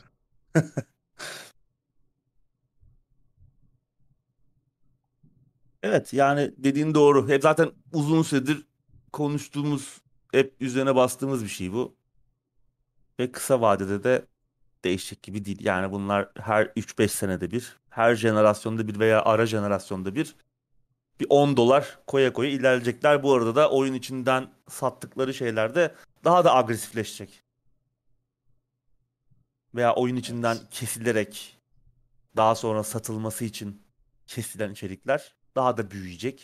Evet yani dediğin doğru. Hep zaten uzun süredir konuştuğumuz, hep üzerine bastığımız bir şey bu. Ve kısa vadede de değişecek gibi değil. Yani bunlar her 3-5 senede bir, her jenerasyonda bir veya ara jenerasyonda bir $10 koya koya ilerleyecekler. Bu arada da oyun içinden sattıkları şeyler de daha da agresifleşecek. Veya oyun içinden Evet. kesilerek daha sonra satılması için kesilen içerikler daha da büyüyecek.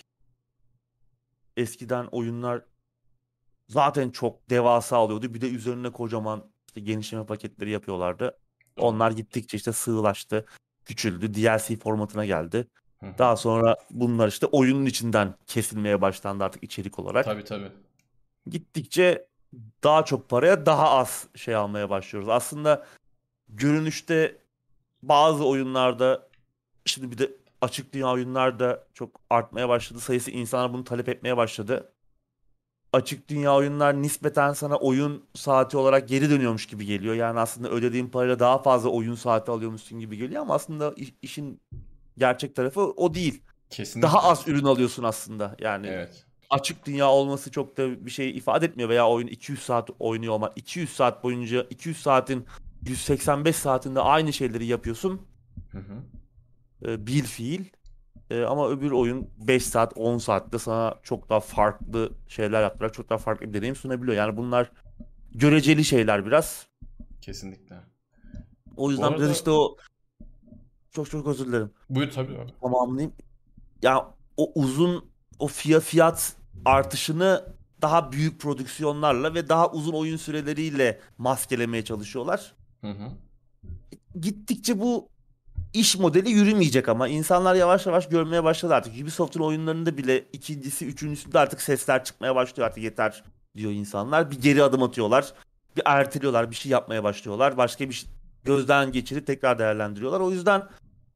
Eskiden oyunlar zaten çok devasa oluyordu. Bir de üzerine kocaman işte genişleme paketleri yapıyorlardı. Doğru. Onlar gittikçe işte sığlaştı, küçüldü, DLC formatına geldi. Hı hı. Daha sonra bunlar işte oyunun içinden kesilmeye başlandı artık içerik olarak. Tabii tabii. Gittikçe daha çok paraya daha az şey almaya başlıyoruz. Aslında görünüşte bazı oyunlarda şimdi bir de açık dünya oyunlar çok artmaya başladı. Sayısı insanlar bunu talep etmeye başladı. Açık dünya oyunlar nispeten sana oyun saati olarak geri dönüyormuş gibi geliyor. Yani aslında ödediğin parayla daha fazla oyun saati alıyormuşsun gibi geliyor ama aslında işin gerçek tarafı o değil. Daha Kesinlikle. az ürün alıyorsun aslında. Yani Evet. açık dünya olması çok da bir şey ifade etmiyor veya oyun 200 saat oynuyor olman. 200 saat boyunca 200 saatin 185 saatinde aynı şeyleri yapıyorsun. Hı hı. Bil fiil. Ama öbür oyun 5 saat 10 saatte sana çok daha farklı şeyler yaptırarak çok daha farklı bir deneyim sunabiliyor. Yani bunlar göreceli şeyler biraz. Kesinlikle. O Bu yüzden biraz arada işte o çok çok özür dilerim. buyur tabii abi. Tamamlayayım. Ya o uzun o fiyat artışını daha büyük prodüksiyonlarla ve daha uzun oyun süreleriyle maskelemeye çalışıyorlar. Hı hı. Gittikçe bu iş modeli yürümeyecek ama insanlar yavaş yavaş görmeye başladı artık. Ubisoft'un oyunlarında bile ikincisi, üçüncüsünde artık sesler çıkmaya başlıyor artık yeter diyor insanlar. Bir geri adım atıyorlar. Bir erteliyorlar, bir şey yapmaya başlıyorlar. Başka bir şey gözden geçirip tekrar değerlendiriyorlar. O yüzden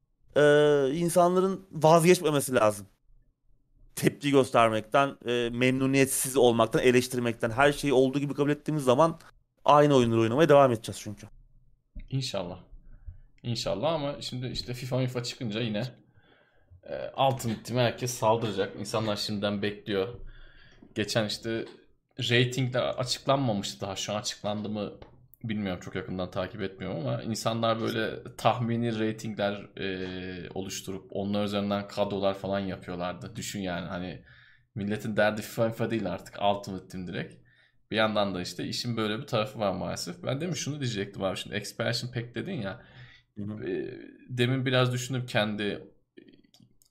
insanların vazgeçmemesi lazım. Tepki göstermekten, memnuniyetsiz olmaktan, eleştirmekten, her şeyi olduğu gibi kabul ettiğimiz zaman aynı oyunları oynamaya devam edeceğiz çünkü. İnşallah. İnşallah, ama şimdi işte FIFA çıkınca yine Ultimate Team'e herkes saldıracak. İnsanlar şimdiden bekliyor. Geçen işte ratingler açıklanmamıştı daha. Şu an açıklandı mı bilmiyorum. Çok yakından takip etmiyorum ama insanlar böyle tahmini ratingler oluşturup onlar üzerinden kadrolar falan yapıyorlardı. Düşün yani, hani milletin derdi FIFA değil artık. Ultimate Team direkt. Bir yandan da işte işin böyle bir tarafı var maalesef. Ben demin şunu diyecektim abi, şimdi Expansion Pack dedin ya. Hı hı. Demin biraz düşündüm kendi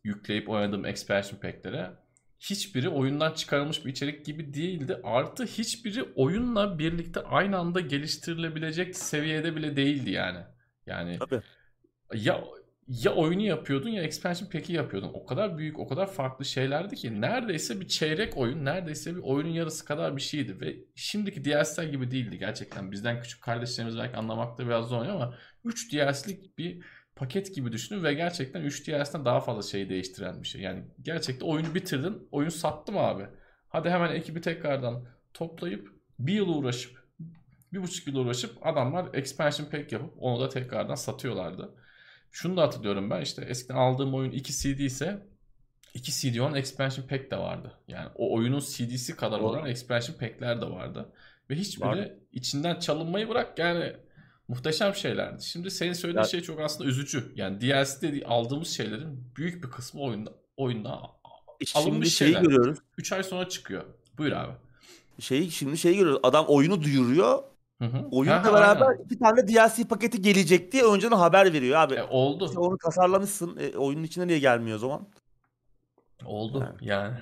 yükleyip oynadığım expansion pack'lere hiçbiri oyundan çıkarılmış bir içerik gibi değildi. Artı hiçbiri oyunla birlikte aynı anda geliştirilebilecek seviyede bile değildi yani. Yani Tabii. ya ya oyunu yapıyordun ya expansion pack'i yapıyordun. O kadar büyük, o kadar farklı şeylerdi ki neredeyse bir çeyrek oyun, neredeyse bir oyunun yarısı kadar bir şeydi ve şimdiki DLC'ler gibi değildi gerçekten. Bizden küçük kardeşlerimiz belki anlamakta biraz zor ama 3 DLC'lik bir paket gibi düşünün ve gerçekten 3 DLC'den daha fazla şeyi değiştiren bir şey. Yani gerçekten oyunu bitirdin, oyun sattı mı abi? Hadi hemen ekibi tekrardan toplayıp bir yıl uğraşıp 1,5 yıl uğraşıp adamlar expansion pack yapıp onu da tekrardan satıyorlardı. Şunu da hatırlıyorum ben, işte eskiden aldığım oyun 2 CD ise 2 CD olan expansion pack de vardı. Yani o oyunun CD'si kadar olan Doğru. expansion pack'ler de vardı. Ve Vardı. hiçbiri içinden çalınmayı bırak yani muhteşem şeylerdi. Şimdi senin söylediğin Ya şey çok aslında üzücü. Yani DLC'de aldığımız şeylerin büyük bir kısmı oyunda alınmış şimdi şeyi şeyler. görüyoruz. 3 ay sonra çıkıyor. Buyur abi. Şimdi şeyi görüyoruz. Adam oyunu duyuruyor. Hı hı. Ha ha, Oyunla aynen. beraber iki tane DLC paketi gelecek diye önceden haber veriyor abi. İşte Oldu. onu tasarlamışsın. Oyunun içine niye gelmiyor o zaman? Oldu Yani yani.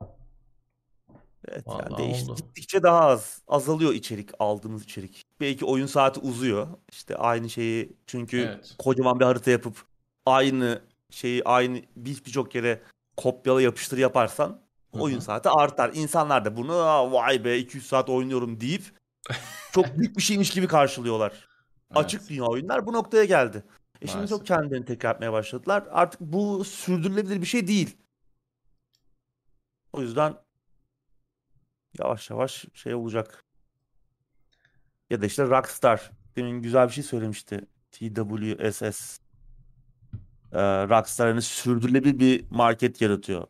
evet yani Vallahi oldu. gittikçe daha azalıyor içerik, aldığımız içerik. Belki oyun saati uzuyor. İşte aynı şeyi, çünkü Evet. kocaman bir harita yapıp aynı şeyi birçok kere kopyala yapıştır yaparsan Hı oyun hı. saati artar. İnsanlar da bunu vay be 200 saat oynuyorum deyip çok büyük bir şeymiş gibi karşılıyorlar. Açık Evet. dünya oyunlar bu noktaya geldi. Şimdi çok Maalesef. kendilerini tekrar etmeye başladılar. Artık bu sürdürülebilir bir şey değil. O yüzden yavaş yavaş şey olacak. Ya da işte Rockstar. Demin güzel bir şey söylemişti. TWSS. Rockstar hani sürdürülebilir bir market yaratıyor.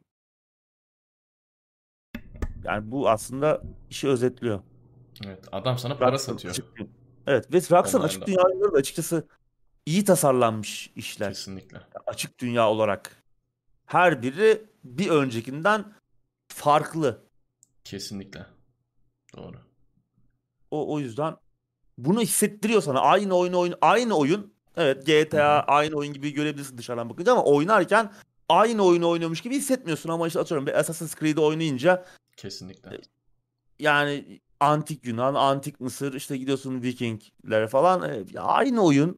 Yani bu aslında işi özetliyor. Evet. Adam sana para Rockstar satıyor açık dünya. Evet ve Rockstar'ın açık online'da. dünya oyunları da açıkçası iyi tasarlanmış işler. Kesinlikle. Açık dünya olarak. Her biri bir öncekinden farklı. Kesinlikle. Doğru. O yüzden bunu hissettiriyor sana. Aynı oyun. Evet, Hı GTA hı. aynı oyun gibi görebilirsin dışarıdan bakınca ama oynarken aynı oyunu oynuyormuş gibi hissetmiyorsun, ama işte atıyorum bir Assassin's Creed'i oynayınca Kesinlikle. yani antik Yunan, antik Mısır, işte gidiyorsun Vikinglere falan, aynı oyun.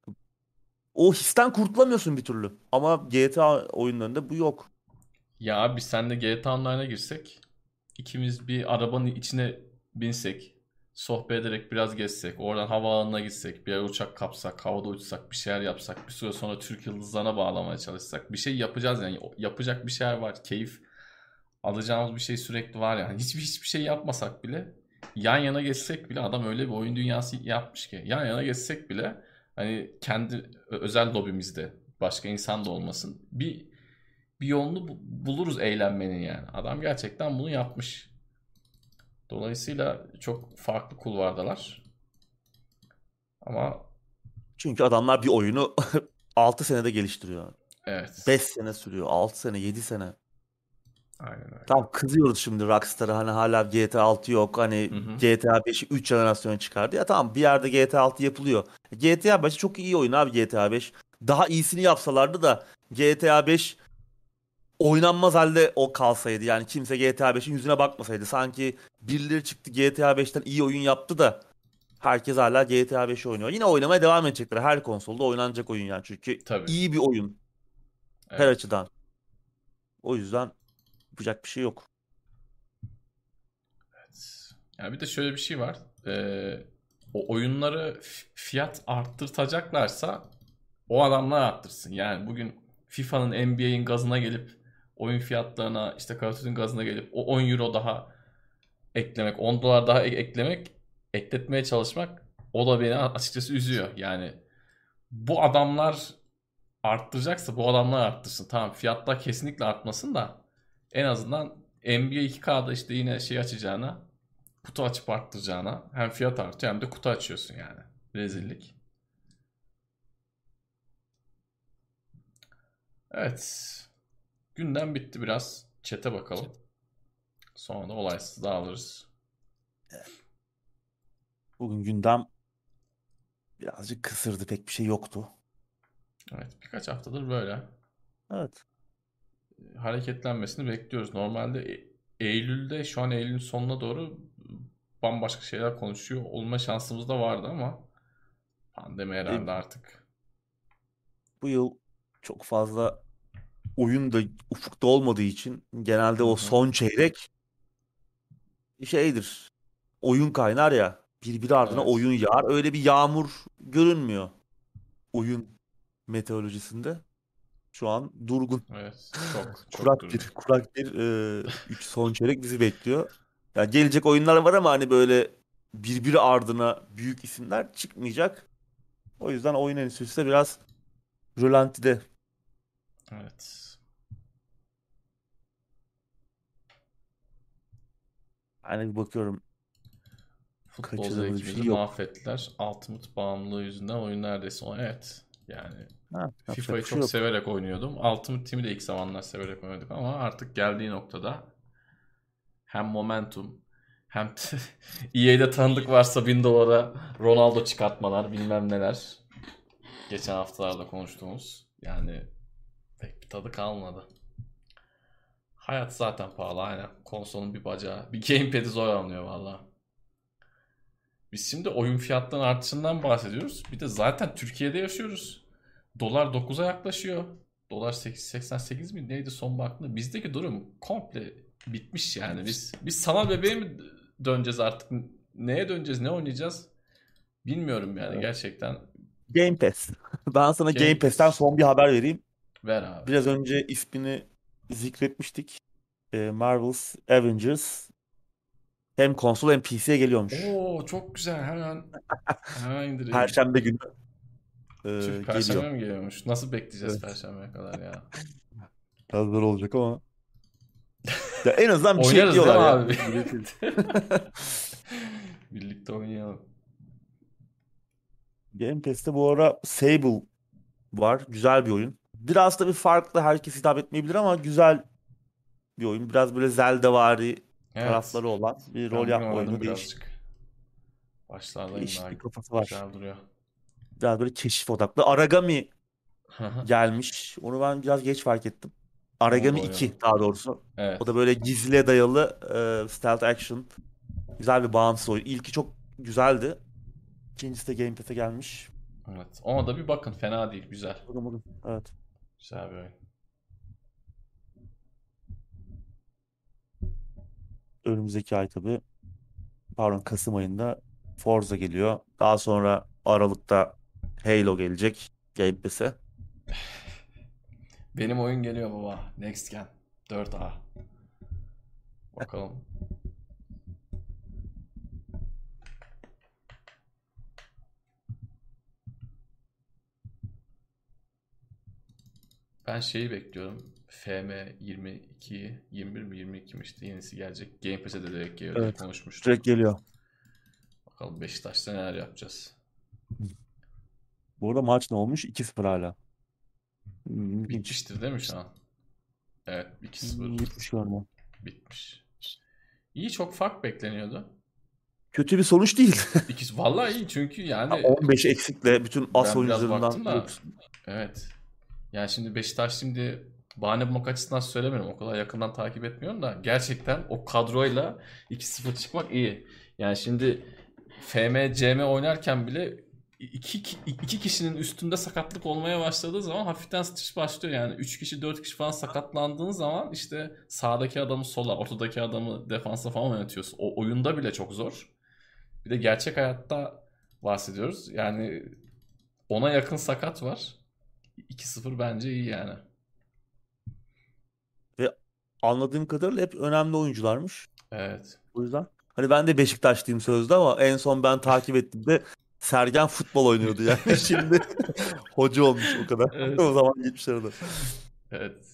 O histen kurtulamıyorsun bir türlü. Ama GTA oyunlarında bu yok. Ya abi biz seninle GTA Online'a girsek, ikimiz bir arabanın içine binsek, sohbet ederek biraz gezsek, oradan havaalanına gitsek, bir uçak kapsak, havada uçsak, bir şeyler yapsak, bir süre sonra Türk yıldızlarına bağlamaya çalışsak, bir şey yapacağız yani. Yapacak bir şeyler var. Keyif alacağımız bir şey sürekli var yani. Hiçbir şey yapmasak bile, yan yana geçsek bile adam öyle bir oyun dünyası yapmış ki. Yan yana geçsek bile hani kendi özel lobimizde başka insan da olmasın. Bir yolunu buluruz eğlenmenin yani. Adam gerçekten bunu yapmış. Dolayısıyla çok farklı kulvardalar. Ama Çünkü adamlar bir oyunu 6 senede geliştiriyor. evet. 5 sene sürüyor. 6 sene, 7 sene. Aynen öyle. Tam kızıyoruz şimdi Rockstar'a, hani hala GTA 6 yok. Hani Hı hı. GTA 5'i 3 jenerasyon çıkardı. Ya tamam, bir yerde GTA 6 yapılıyor. GTA 5 çok iyi oyun abi, GTA 5. Daha iyisini yapsalardı da GTA 5 oynanmaz halde o kalsaydı. Yani kimse GTA 5'in yüzüne bakmasaydı. Sanki birileri çıktı GTA 5'ten iyi oyun yaptı da herkes hala GTA 5 oynuyor. Yine oynamaya devam edecekler. Her konsolda oynanacak oyun yani. Çünkü Tabii. iyi bir oyun her Evet. açıdan. O yüzden yapacak bir şey yok. Evet. Ya bir de şöyle bir şey var. O oyunları fiyat arttırtacaklarsa o adamlar arttırsın. Yani bugün FIFA'nın, NBA'in gazına gelip oyun fiyatlarına, işte Call of Duty'nin gazına gelip o 10 euro daha eklemek, 10 dolar daha eklemek, ekletmeye çalışmak, o da beni açıkçası üzüyor. Yani bu adamlar arttıracaksa bu adamlar arttırsın. Tamam, fiyatlar kesinlikle artmasın da en azından NBA 2K'da işte yine şey açacağına, kutu açıp arttıracağına, hem fiyat artıyor hem de kutu açıyorsun yani. Rezillik. Evet. Gündem bitti biraz. Çete bakalım. Sonra da olaysız dağılırız. Bugün gündem birazcık kısırdı. Pek bir şey yoktu. Evet, birkaç haftadır böyle. Evet. hareketlenmesini bekliyoruz. Normalde Eylül'de, şu an Eylül'ün sonuna doğru bambaşka şeyler konuşuyor olma şansımız da vardı ama pandemi E, herhalde artık. Bu yıl çok fazla oyun da ufukta olmadığı için genelde Hı o hı. son çeyrek şeydir. Oyun kaynar ya. Birbiri ardına Evet. oyun yağar. Öyle bir yağmur görünmüyor oyun meteorolojisinde. Şu an durgun. Evet. Çok çok Kurak durgun. bir kurak bir üç son çeyrek bizi bekliyor. Yani gelecek oyunlar var ama hani böyle birbiri ardına büyük isimler çıkmayacak. O yüzden oyun endüstrisi de biraz rölantide. Evet. Hani bir bakıyorum Futbol kaçırdığımız bir zevkimizi şey yok. mahvettiler. Ultimate bağımlılığı yüzünden oyun neredeyse o. Evet. Yani Ha, yapacak FIFA'yı bir şey çok yok. severek oynuyordum. Ultimate Team'i de ilk zamanlar severek oynadık ama artık geldiği noktada hem momentum hem EA'de tanıdık varsa 1.000 dolara Ronaldo çıkartmalar bilmem neler. Geçen haftalarda konuştuğumuz. Yani pek bir tadı kalmadı. Hayat zaten pahalı aynen. Konsolun bir bacağı. Bir gamepad'i zor alınıyor valla. Biz şimdi oyun fiyatlarının artışından bahsediyoruz. Bir de zaten Türkiye'de yaşıyoruz. Dolar 9'a yaklaşıyor. Dolar 8.88 mi neydi son baktığımda. Bizdeki durum komple bitmiş yani. Biz sanal bebeğe mi döneceğiz artık? Neye döneceğiz? Ne oynayacağız? Bilmiyorum yani Evet. gerçekten. Game Pass. Ben sana Game Game Pass'ten Pass son bir haber vereyim. ver abi. Biraz önce ismini zikretmiştik. Marvel's Avengers hem konsol hem PC'ye geliyormuş. Oo çok güzel. Hemen indireyim. Perşembe günü Tüh geliyor. Perşembe mi geliyormuş? Nasıl bekleyeceğiz Evet. Perşembe'ye kadar ya? Biraz zor olacak ama. Ya en azından bir şey Oynarız değil mi ekliyorlar ya. abi? Üretim. Birlikte oynayalım. Game Pass'te bu ara Sable var. Güzel bir oyun. Biraz da bir farklı, herkes hitap etmeyebilir ama güzel bir oyun. Biraz böyle Zeldavari Evet. tarafları olan bir rol Ben bugün yapma oynadım oyunu. birazcık. Başlardayım Değişik daha bir kafası var. güzel duruyor. Biraz böyle keşif odaklı. Aragami Hı hı. gelmiş. Onu ben biraz geç fark ettim. Onu da Aragami oynadım. 2 daha doğrusu. O da Evet. böyle gizliye dayalı stealth action. Güzel bir bağımsız oyun. İlki çok güzeldi. İkincisi de Game Pass'e gelmiş. Evet. Ona da bir bakın. Fena değil. Güzel. Bakamadım. Evet. Güzel bir oyun. Önümüzdeki ay tabii. Pardon, Kasım ayında Forza geliyor. Daha sonra Aralık'ta Halo gelecek Game Pass'e. Benim oyun geliyor baba. Next Gen. 4A. Bakalım. Ben şeyi bekliyorum. FM 22, 21 mi 22 mi işte yenisi gelecek. Game Pass'e de direkt geliyor diye Evet. Direkt konuşmuştuk. geliyor. Bakalım Beşiktaş'ta neler yapacağız. Bu arada maç ne olmuş? 2-0 hala. İlginç. Bitmiştir değil mi şu an? Evet 2-0 Gitmiş görünüyor. bitmiş. İyi çok fark bekleniyordu. Kötü bir sonuç değil. İkisi vallahi iyi çünkü Ha, yani 15 eksikle bütün as ben biraz oyuncularından baktım da yoksun. evet. Yani şimdi Beşiktaş şimdi bahane bulmak açısından söylemiyorum. O kadar yakından takip etmiyorum da gerçekten o kadroyla 2-0 çıkmak iyi. Yani şimdi FM, CM oynarken bile iki kişinin üstünde sakatlık olmaya başladığı zaman hafiften sıçış başlıyor. Yani 3 kişi 4 kişi falan sakatlandığın zaman işte sağdaki adamı sola, ortadaki adamı defansa falan oynatıyorsun. O oyunda bile çok zor. Bir de gerçek hayatta bahsediyoruz. Yani ona yakın sakat var. 2-0 bence iyi yani. Ve anladığım kadarıyla hep önemli oyuncularmış. Evet. O yüzden hani ben de Beşiktaşlıyım sözde ama en son ben takip ettiğimde Sergen futbol oynuyordu yani. Şimdi hoca olmuş o kadar. O Evet. zaman gitmiş arada. Evet.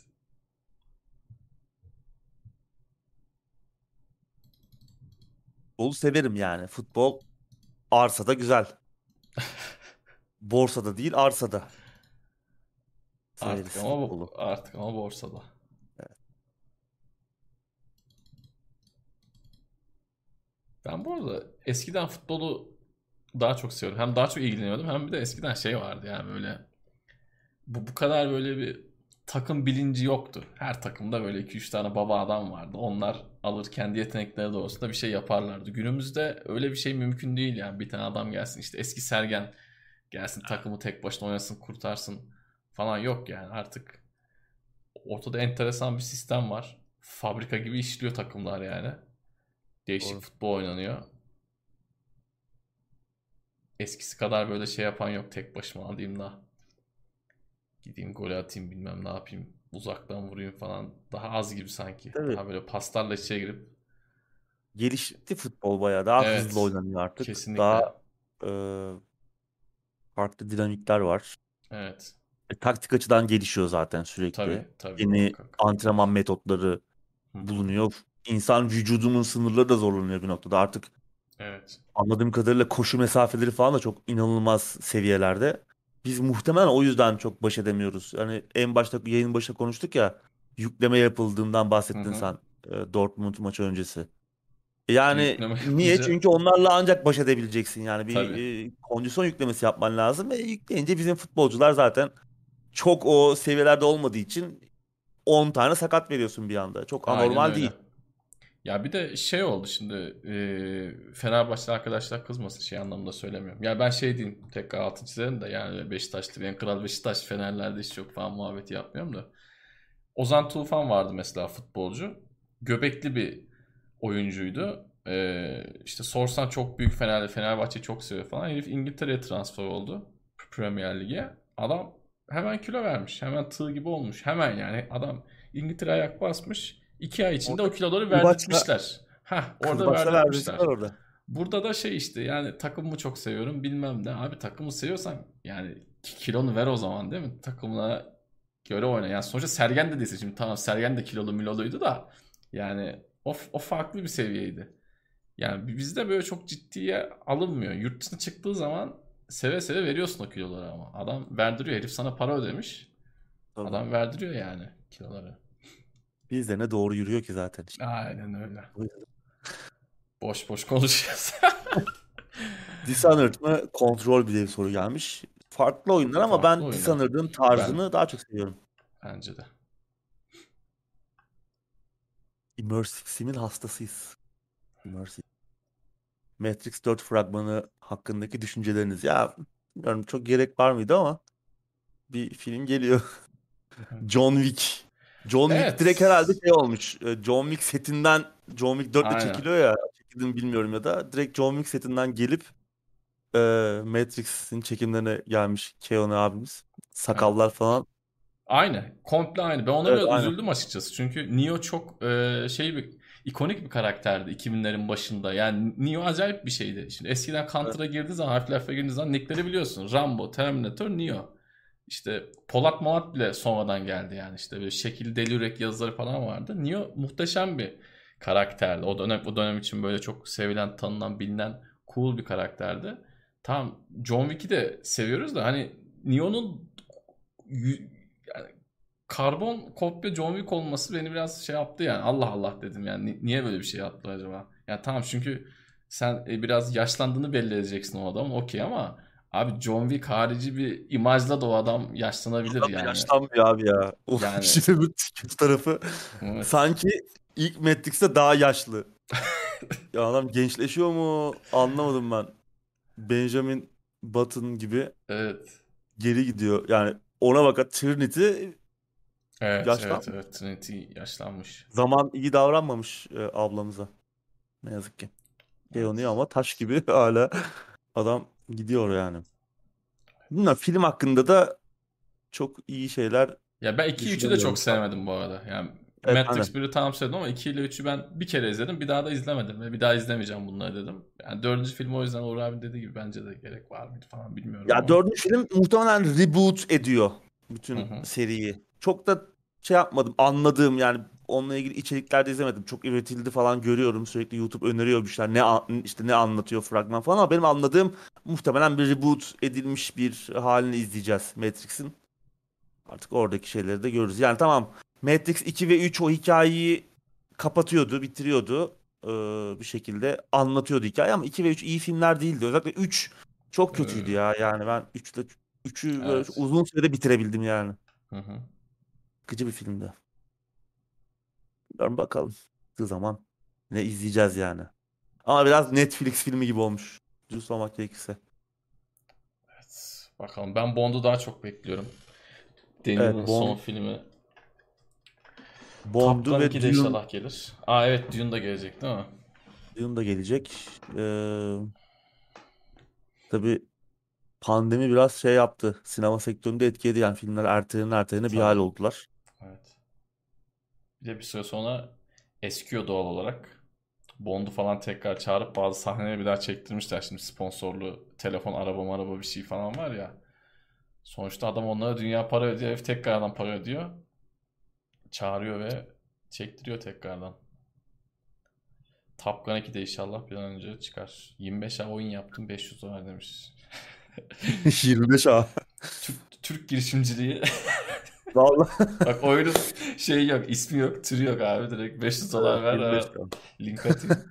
Futbolu severim yani. Futbol arsada güzel. Borsada değil, arsada severiz futbolu. Artık ama borsada. Ben bu arada eskiden futbolu daha çok seviyordum. Hem daha çok ilgileniyordum hem bir de eskiden şey vardı yani böyle bu kadar böyle bir takım bilinci yoktu. Her takımda böyle 2-3 tane baba adam vardı. Onlar alır kendi yetenekleri doğrultusunda bir şey yaparlardı. Günümüzde öyle bir şey mümkün değil yani. Bir tane adam gelsin işte eski Sergen gelsin takımı tek başına oynasın kurtarsın falan yok yani. Artık ortada enteresan bir sistem var. Fabrika gibi işliyor takımlar yani. Değişik Doğru. futbol oynanıyor. Eskisi kadar böyle şey yapan yok, tek başıma alayım da gideyim gol atayım bilmem ne yapayım. Uzaktan vurayım falan. Daha az gibi sanki. Tabii. Daha böyle paslarla içe girip. Gelişti futbol bayağı. Daha hızlı Evet. oynanıyor artık. Daha Kesinlikle. e, farklı dinamikler var. Evet. Taktik açıdan gelişiyor zaten sürekli. Tabii. Tabii Yeni muhakkak. antrenman metotları Hı hı. bulunuyor. İnsan vücudunun sınırları da zorlanıyor bir noktada. Artık Evet. anladığım kadarıyla koşu mesafeleri falan da çok inanılmaz seviyelerde. Biz muhtemelen o yüzden çok baş edemiyoruz. Yani en başta yayın başında konuştuk ya, yükleme yapıldığından Hı bahsettin hı. sen Dortmund maçı öncesi. Yani Yükleme niye? yapınca Çünkü onlarla ancak baş edebileceksin. Yani bir tabii. kondisyon yüklemesi yapman lazım ve yükleyince bizim futbolcular zaten çok o seviyelerde olmadığı için 10 tane sakat veriyorsun bir anda. Çok Aynen anormal öyle. değil. Ya bir de şey oldu şimdi, Fenerbahçe arkadaşlar kızmasın, şey anlamında söylemiyorum. Ya ben şey diyeyim, tekrar altını çizerim de, yani Beşiktaşlı ben kral Beşiktaş, Fenerlerde hiç yok falan muhabbeti yapmıyorum da. Ozan Tufan vardı mesela, futbolcu. Göbekli bir oyuncuydu. İşte sorsan çok büyük Fenerbahçe çok seviyor falan. Herif İngiltere'ye transfer oldu. Premier Lig'e. Adam hemen kilo vermiş. Hemen tığ gibi olmuş. Hemen yani adam İngiltere ayak basmış. 2 ay içinde Orada o kiloları kırbaçla verdirtmişler. Hah, orada kırbaçla verdirtmişler. verdirttiler orada. Burada da şey işte, yani takımımı çok seviyorum bilmem ne. Abi takımı seviyorsan yani kilonu ver o zaman, değil mi? Takımına göre oyna. Yani sonuçta Sergen de değilse, şimdi tamam Sergen de kilolu miloluydu da yani o farklı bir seviyeydi. Yani bizde böyle çok ciddiye alınmıyor. Yurt dışına çıktığı zaman seve seve veriyorsun o kiloları ama. Adam verdiriyor. Herif sana para ödemiş. Tabii. Adam verdiriyor yani kiloları. Bizde ne doğru yürüyor ki zaten. Aynen öyle. O yüzden. Boş boş konuşuyoruz. Dishonored mı? Control bile bir soru gelmiş. Farklı oyunlar ama Farklı ben oyunlar. Dishonored'ın Ben tarzını daha çok seviyorum. bence de. Immersive Sim'in hastasıyız. Immersive. Matrix 4 fragmanı hakkındaki düşünceleriniz. Ya bilmiyorum çok gerek var mıydı ama bir film geliyor. John Wick. John Wick direkt Evet. herhalde şey olmuş. John Wick setinden John Wick 4 ile Aynen. çekiliyor ya. Çekildi mi bilmiyorum ya da. Direkt John Wick setinden gelip e, Matrix'in çekimlerine gelmiş Keanu abimiz. Evet. Sakallar falan. Aynı. Komple aynı. Ben ona Evet biraz aynen. üzüldüm açıkçası. Çünkü Neo çok şey bir ikonik bir karakterdi 2000'lerin başında. Yani Neo acayip bir şeydi. Şimdi eskiden Evet. Counter'a girdiği zaman, Half-Life'e girdiği zaman nickleri biliyorsun. Rambo, Terminator, Neo. İşte Polat Molat bile sonradan geldi yani. İşte böyle şekil deli yürek yazıları falan vardı. Neo muhteşem bir karakterdi. O dönem için böyle çok sevilen, tanınan, bilinen cool bir karakterdi. Tamam, John Wick'i de seviyoruz da hani Neo'nun yani karbon kopya John Wick olması beni biraz şey yaptı yani. Allah Allah dedim yani, niye böyle bir şey yaptı acaba? Yani tamam, çünkü sen biraz yaşlandığını belli edeceksin o adamın, okey, ama abi John Wick harici bir imajla da o adam yaşlanabilir Adam da yani. yaşlanmıyor abi ya. O Yani filmin kötü tarafı evet. sanki ilk Matrix'te daha yaşlı. Ya adam gençleşiyor mu anlamadım ben. Benjamin Button gibi Evet. geri gidiyor. Yani ona baka Trinity Evet, evet, yaşlanmış. evet. Trinity yaşlanmış. Zaman iyi davranmamış ablamıza. Ne yazık ki. Keanu Evet. ama taş gibi hala adam gidiyor yani. Bilmiyorum, film hakkında da çok iyi şeyler Ya ben 2'yi 3'ü de düşünemiyorum çok şu an. sevmedim bu arada. Yani Evet ben de. Matrix 1'i tam sevdim ama 2 ile 3'ü ben bir kere izledim. Bir daha da izlemedim ve bir daha izlemeyeceğim bunları dedim. Yani dördüncü film, o yüzden Uğur abi dediği gibi, bence de gerek var mıydı falan bilmiyorum Ya ama. dördüncü film muhtemelen reboot ediyor Hı bütün hı. seriyi. Çok da şey yapmadım, anladığım yani onunla ilgili içerikler de izlemedim. Çok üretildi falan görüyorum. Sürekli YouTube öneriyor bir şeyler. İşte ne anlatıyor fragman falan ama benim anladığım muhtemelen bir reboot edilmiş bir halini izleyeceğiz Matrix'in. Artık oradaki şeyleri de görürüz. Yani tamam, Matrix 2 ve 3 o hikayeyi kapatıyordu, bitiriyordu. Bir şekilde anlatıyordu hikaye ama 2 ve 3 iyi filmler değildi. Özellikle 3 çok kötüydü Ee, ya. Yani ben 3'ü böyle çok evet. uzun sürede bitirebildim yani. Hı hı. sıkıcı bir filmdi. Bilmiyorum, bakalım. Çıktığı zaman ne izleyeceğiz yani. Ama biraz Netflix filmi gibi olmuş. Dürüst olmak gerekirse. Evet. Bakalım. Ben Bond'u daha çok bekliyorum. Evet, Daniel'ın son filmi. Top Bond'u Gun ve 2 de Dune, inşallah gelir. Aa evet, Dune da gelecek değil mi? Dune da gelecek. Tabii pandemi biraz şey yaptı. Sinema sektöründe etkiledi yani, filmler ertelene bir hal Tabii. oldular. Evet. Bir de bir süre sonra eskiyor doğal olarak. Bond'u falan tekrar çağırıp bazı sahneleri bir daha çektirmişler. Şimdi sponsorlu telefon, araba bir şey falan var ya. Sonuçta adam onlara dünya para ödüyor. Herif tekrardan para ödüyor. Çağırıyor ve çektiriyor tekrardan. Top Gun 2 de inşallah bir an önce çıkar. 25 ay oyun yaptım, 500 dolar demiş. 25 A. Türk girişimciliği. Vallahi. Bak oyunun şeyi yok, ismi yok, türü yok abi. Direkt 500 Evet, dolar ver, 25 hemen A. link atayım.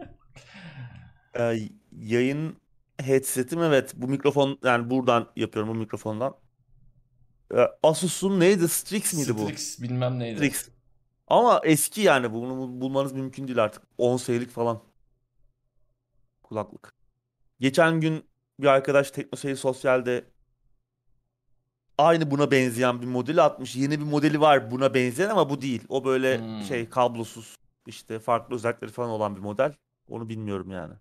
Yayın headsetim, evet, bu mikrofon, yani buradan yapıyorum, bu mikrofondan. Asus'un neydi? Strix miydi bu? Strix bilmem neydi. Strix. Ama eski yani, bunu bulmanız mümkün değil artık. 10 senelik falan kulaklık. Geçen gün bir arkadaş TeknoSeyir Sosyal'de aynı buna benzeyen bir modeli atmış. Yeni bir modeli var buna benzeyen ama bu değil. O böyle Hmm. şey, kablosuz, işte farklı özellikleri falan olan bir model. Onu bilmiyorum yani.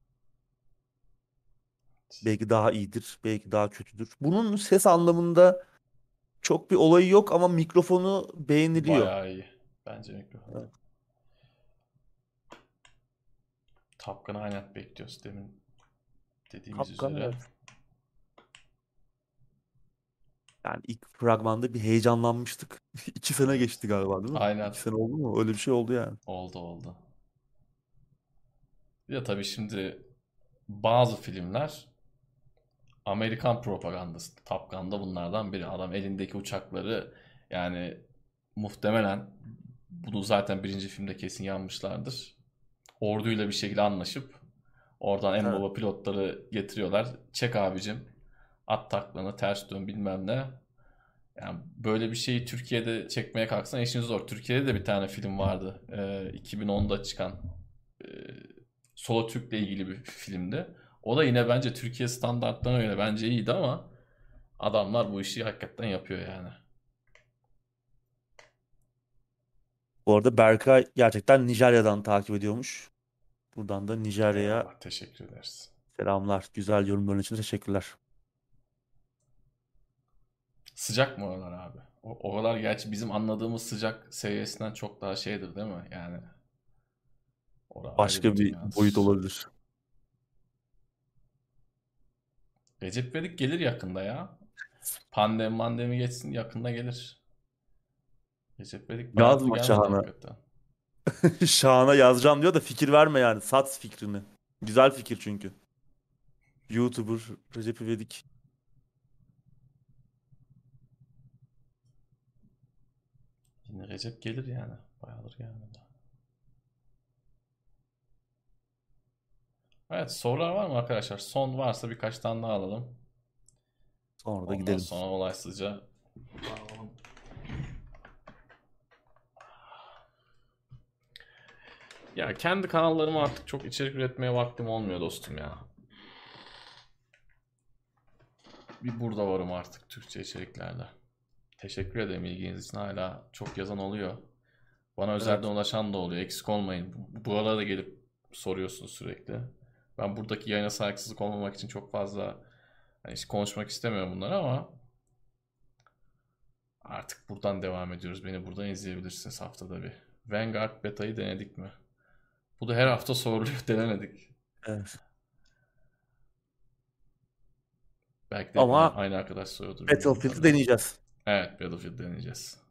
Belki daha iyidir, belki daha kötüdür. Bunun ses anlamında çok bir olayı yok ama mikrofonu beğeniliyor. Bayağı iyi. Bence mikrofonu. Evet. Top Gun'ı aynen bekliyoruz demin dediğimiz Kapkan, üzere. evet. Yani ilk fragmanda bir heyecanlanmıştık. 2 sene geçti galiba, değil mi? Aynen. 2 sene oldu mu? Öyle bir şey oldu yani. Oldu. Bir de tabii şimdi bazı filmler Amerikan propagandası. Top Gun da bunlardan biri. Adam elindeki uçakları, yani muhtemelen bunu zaten birinci filmde kesin yanmışlardır. Orduyla bir şekilde anlaşıp oradan en Evet. baba pilotları getiriyorlar. Çek abicim. At taklanı, ters dön bilmem ne. Yani böyle bir şeyi Türkiye'de çekmeye kalksan işin zor. Türkiye'de de bir tane film vardı. 2010'da çıkan. Ee, Solo Türk'le ilgili bir filmdi. O da yine bence Türkiye standartlarına göre bence iyiydi ama adamlar bu işi hakikaten yapıyor yani. Bu arada Berkay gerçekten Nijerya'dan takip ediyormuş. Buradan da Nijerya'ya Eyvallah, teşekkür ederiz. selamlar. Güzel yorumların için teşekkürler. Sıcak mı oralar abi? Oralar gerçi bizim anladığımız sıcak seviyesinden çok daha şeydir değil mi? Yani orası ayrı bir Başka bir boyut dünyadır. olabilir. Recep İvedik gelir yakında ya. Pandemi geçsin, yakında gelir. Recep İvedik bayağıdır Yazma gelmedi Şahan'a. hakikaten. Şahan'a yazacağım diyor da fikir verme yani. Sat fikrini. Güzel fikir çünkü. YouTuber Recep İvedik. Yine Recep gelir yani. Bayağıdır gelmedi. Evet, sorular var mı arkadaşlar? Son varsa birkaç tane daha alalım. Sonra da Ondan gidelim. sonra olaysızca dağılalım. Ya kendi kanallarıma artık çok içerik üretmeye vaktim olmuyor dostum ya. Bir burada varım artık Türkçe içeriklerle. Teşekkür ederim ilginiz için. Hala çok yazan oluyor. Bana özelden Evet. ulaşan da oluyor. Eksik olmayın. Buralara da gelip soruyorsunuz sürekli. Ben buradaki yayına saygısızlık olmamak için çok fazla hani hiç konuşmak istemiyorum bunları ama artık buradan devam ediyoruz. Beni buradan izleyebilirsiniz haftada bir. Vanguard Beta'yı denedik mi? Bu da her hafta soruluyor. Denemedik. Evet. Belki de hep Ama aynı arkadaş soruyordur, bilmiyorum Battlefield'ı tabii. deneyeceğiz. Evet, Battlefield deneyeceğiz.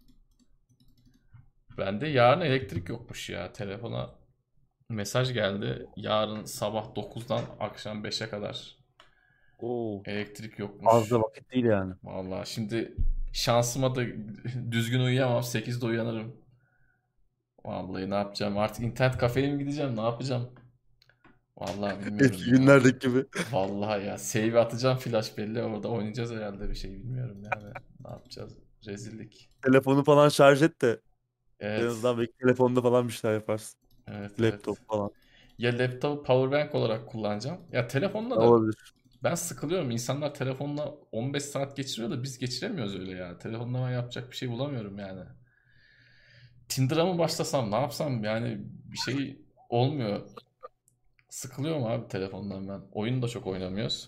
Bende yarın elektrik yokmuş ya. Telefona mesaj geldi. Yarın sabah 9'dan akşam 5'e kadar Oo. elektrik Az da yokmuş. vakit değil yani. Vallahi şimdi şansıma da düzgün uyuyamam. 8'de uyanırım. Vallahi ne yapacağım? Artık internet kafeye mi gideceğim? Ne yapacağım? Vallahi bilmiyorum Eski ya. günlerdeki gibi. Vallahi ya. Save atacağım, flash belli. Orada oynayacağız herhalde, bir şey bilmiyorum yani. Ne yapacağız? Rezillik. Telefonu falan şarj et de en Evet. azından belki telefonda falan bir şeyler yaparsın. Evet, Laptop evet. falan. Ya laptop powerbank olarak kullanacağım. Ya telefonla da Olabilir. ben sıkılıyorum. İnsanlar telefonla 15 saat geçiriyor da biz geçiremiyoruz öyle ya. Telefonla ben yapacak bir şey bulamıyorum yani. Tinder'a mı başlasam ne yapsam yani bir şey olmuyor. Sıkılıyorum abi telefondan ben. Oyun da çok oynamıyoruz.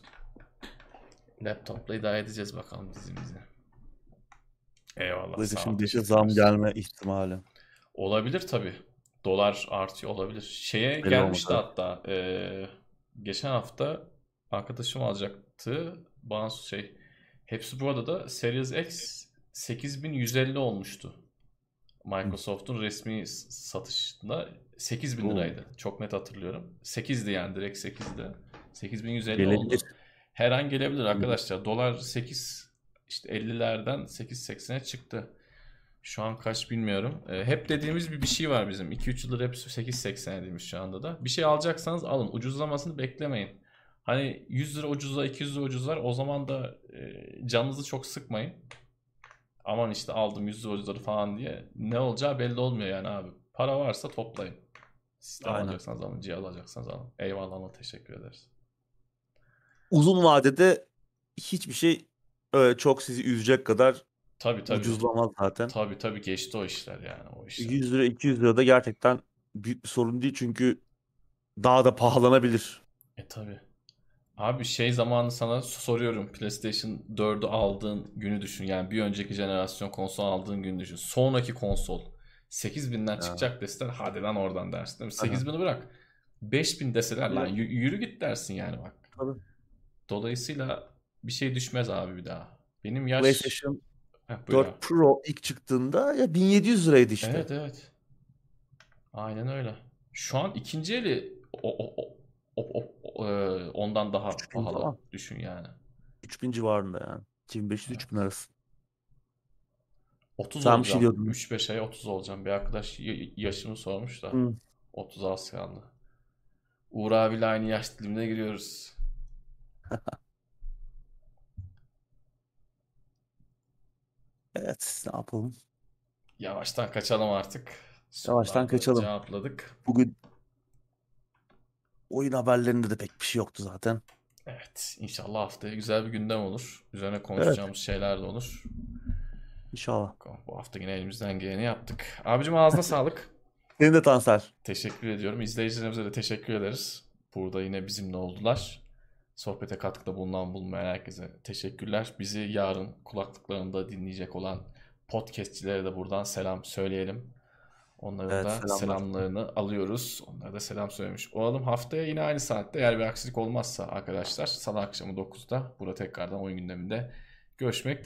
Laptopla idare edeceğiz bakalım dizimizi. Eyvallah, sağ ol, PlayStation 5'e teşekkürler. zam gelme ihtimali. Olabilir tabii. Dolar artıyor olabilir. Şeye Belli olmaz. gelmişti hatta geçen hafta arkadaşım alacaktı. Bana hepsi bu arada Series X 8150 olmuştu. Hı. Microsoft'un resmi satışında 8000 Oo, liraydı. Çok net hatırlıyorum. 8'di yani, direkt 8'di. 8150 gelebilir. oldu. Her an gelebilir arkadaşlar. Dolar 8 işte 50'lerden 8.80'e çıktı. Şu an kaç bilmiyorum. Hep dediğimiz bir şey var bizim. 2-3 yıldır hep 8.80 demiş şu anda da. Bir şey alacaksanız alın. Ucuzlamasını beklemeyin. Hani 100 lira ucuzlar, 200 lira ucuzlar. O zaman da canınızı çok sıkmayın. Aman işte aldım 100 lira ucuzları falan diye. Ne olacağı belli olmuyor yani abi. Para varsa toplayın. Sistem Aynen. alacaksanız alın. Cihaz alacaksanız alın. Eyvallah, ama teşekkür ederiz. Uzun vadede hiçbir şey öyle çok sizi üzecek kadar Tabii tabii. ucuzlamaz zaten. Tabii tabii, geçti o işler yani, o işler. 100 lira 200 lira da gerçekten büyük bir sorun değil çünkü daha da pahalanabilir. Tabii. Abi zamanı sana soruyorum. PlayStation 4'ü aldığın günü düşün. Yani bir önceki jenerasyon konsol aldığın günü düşün. Sonraki konsol 8.000'den Ya. çıkacak deseler hadi lan oradan dersin, değil mi? Aha. 8.000'i bırak. 5.000 deseler lan Ya, yürü git dersin yani bak. tabii. Dolayısıyla bir şey düşmez abi bir daha. Benim yaş... PlayStation Buyur abi. 4 Pro ilk çıktığında ya 1700 liraydı işte. Evet evet. Aynen öyle. Şu an ikinci eli ondan daha 3000 pahalı falan. düşün yani. 3000 civarında yani. 2500-3000 Evet. arası. 30 Sen bir şey olacağım. diyordun. 3-5 aya 30 olacağım. Bir arkadaş yaşımı sormuş da. Hı. 30 az kaldı. Uğur abiyle aynı yaş dilimine giriyoruz. Evet, ne yapalım? Yavaştan kaçalım artık. Yavaştan Soruları da kaçalım. cevapladık. Bugün oyun haberlerinde de pek bir şey yoktu zaten. Evet, inşallah haftaya güzel bir gündem olur. Üzerine Evet, konuşacağımız şeyler de olur. inşallah. Bakalım, bu hafta yine elimizden geleni yaptık. Abicim, ağzına sağlık. Senin de Tansel. Teşekkür ediyorum. İzleyicilerimize de teşekkür ederiz. Burada yine bizimle oldular. Sohbete katkıda bulunmayan herkese teşekkürler. Bizi yarın kulaklıklarında dinleyecek olan podcastçilere de buradan selam söyleyelim. Onların Evet, da selamlar. selamlarını alıyoruz. Onlara da selam söylemiş olalım. Haftaya yine aynı saatte, eğer bir aksilik olmazsa arkadaşlar, Salı akşamı 9'da burada tekrardan oyun gündeminde görüşmek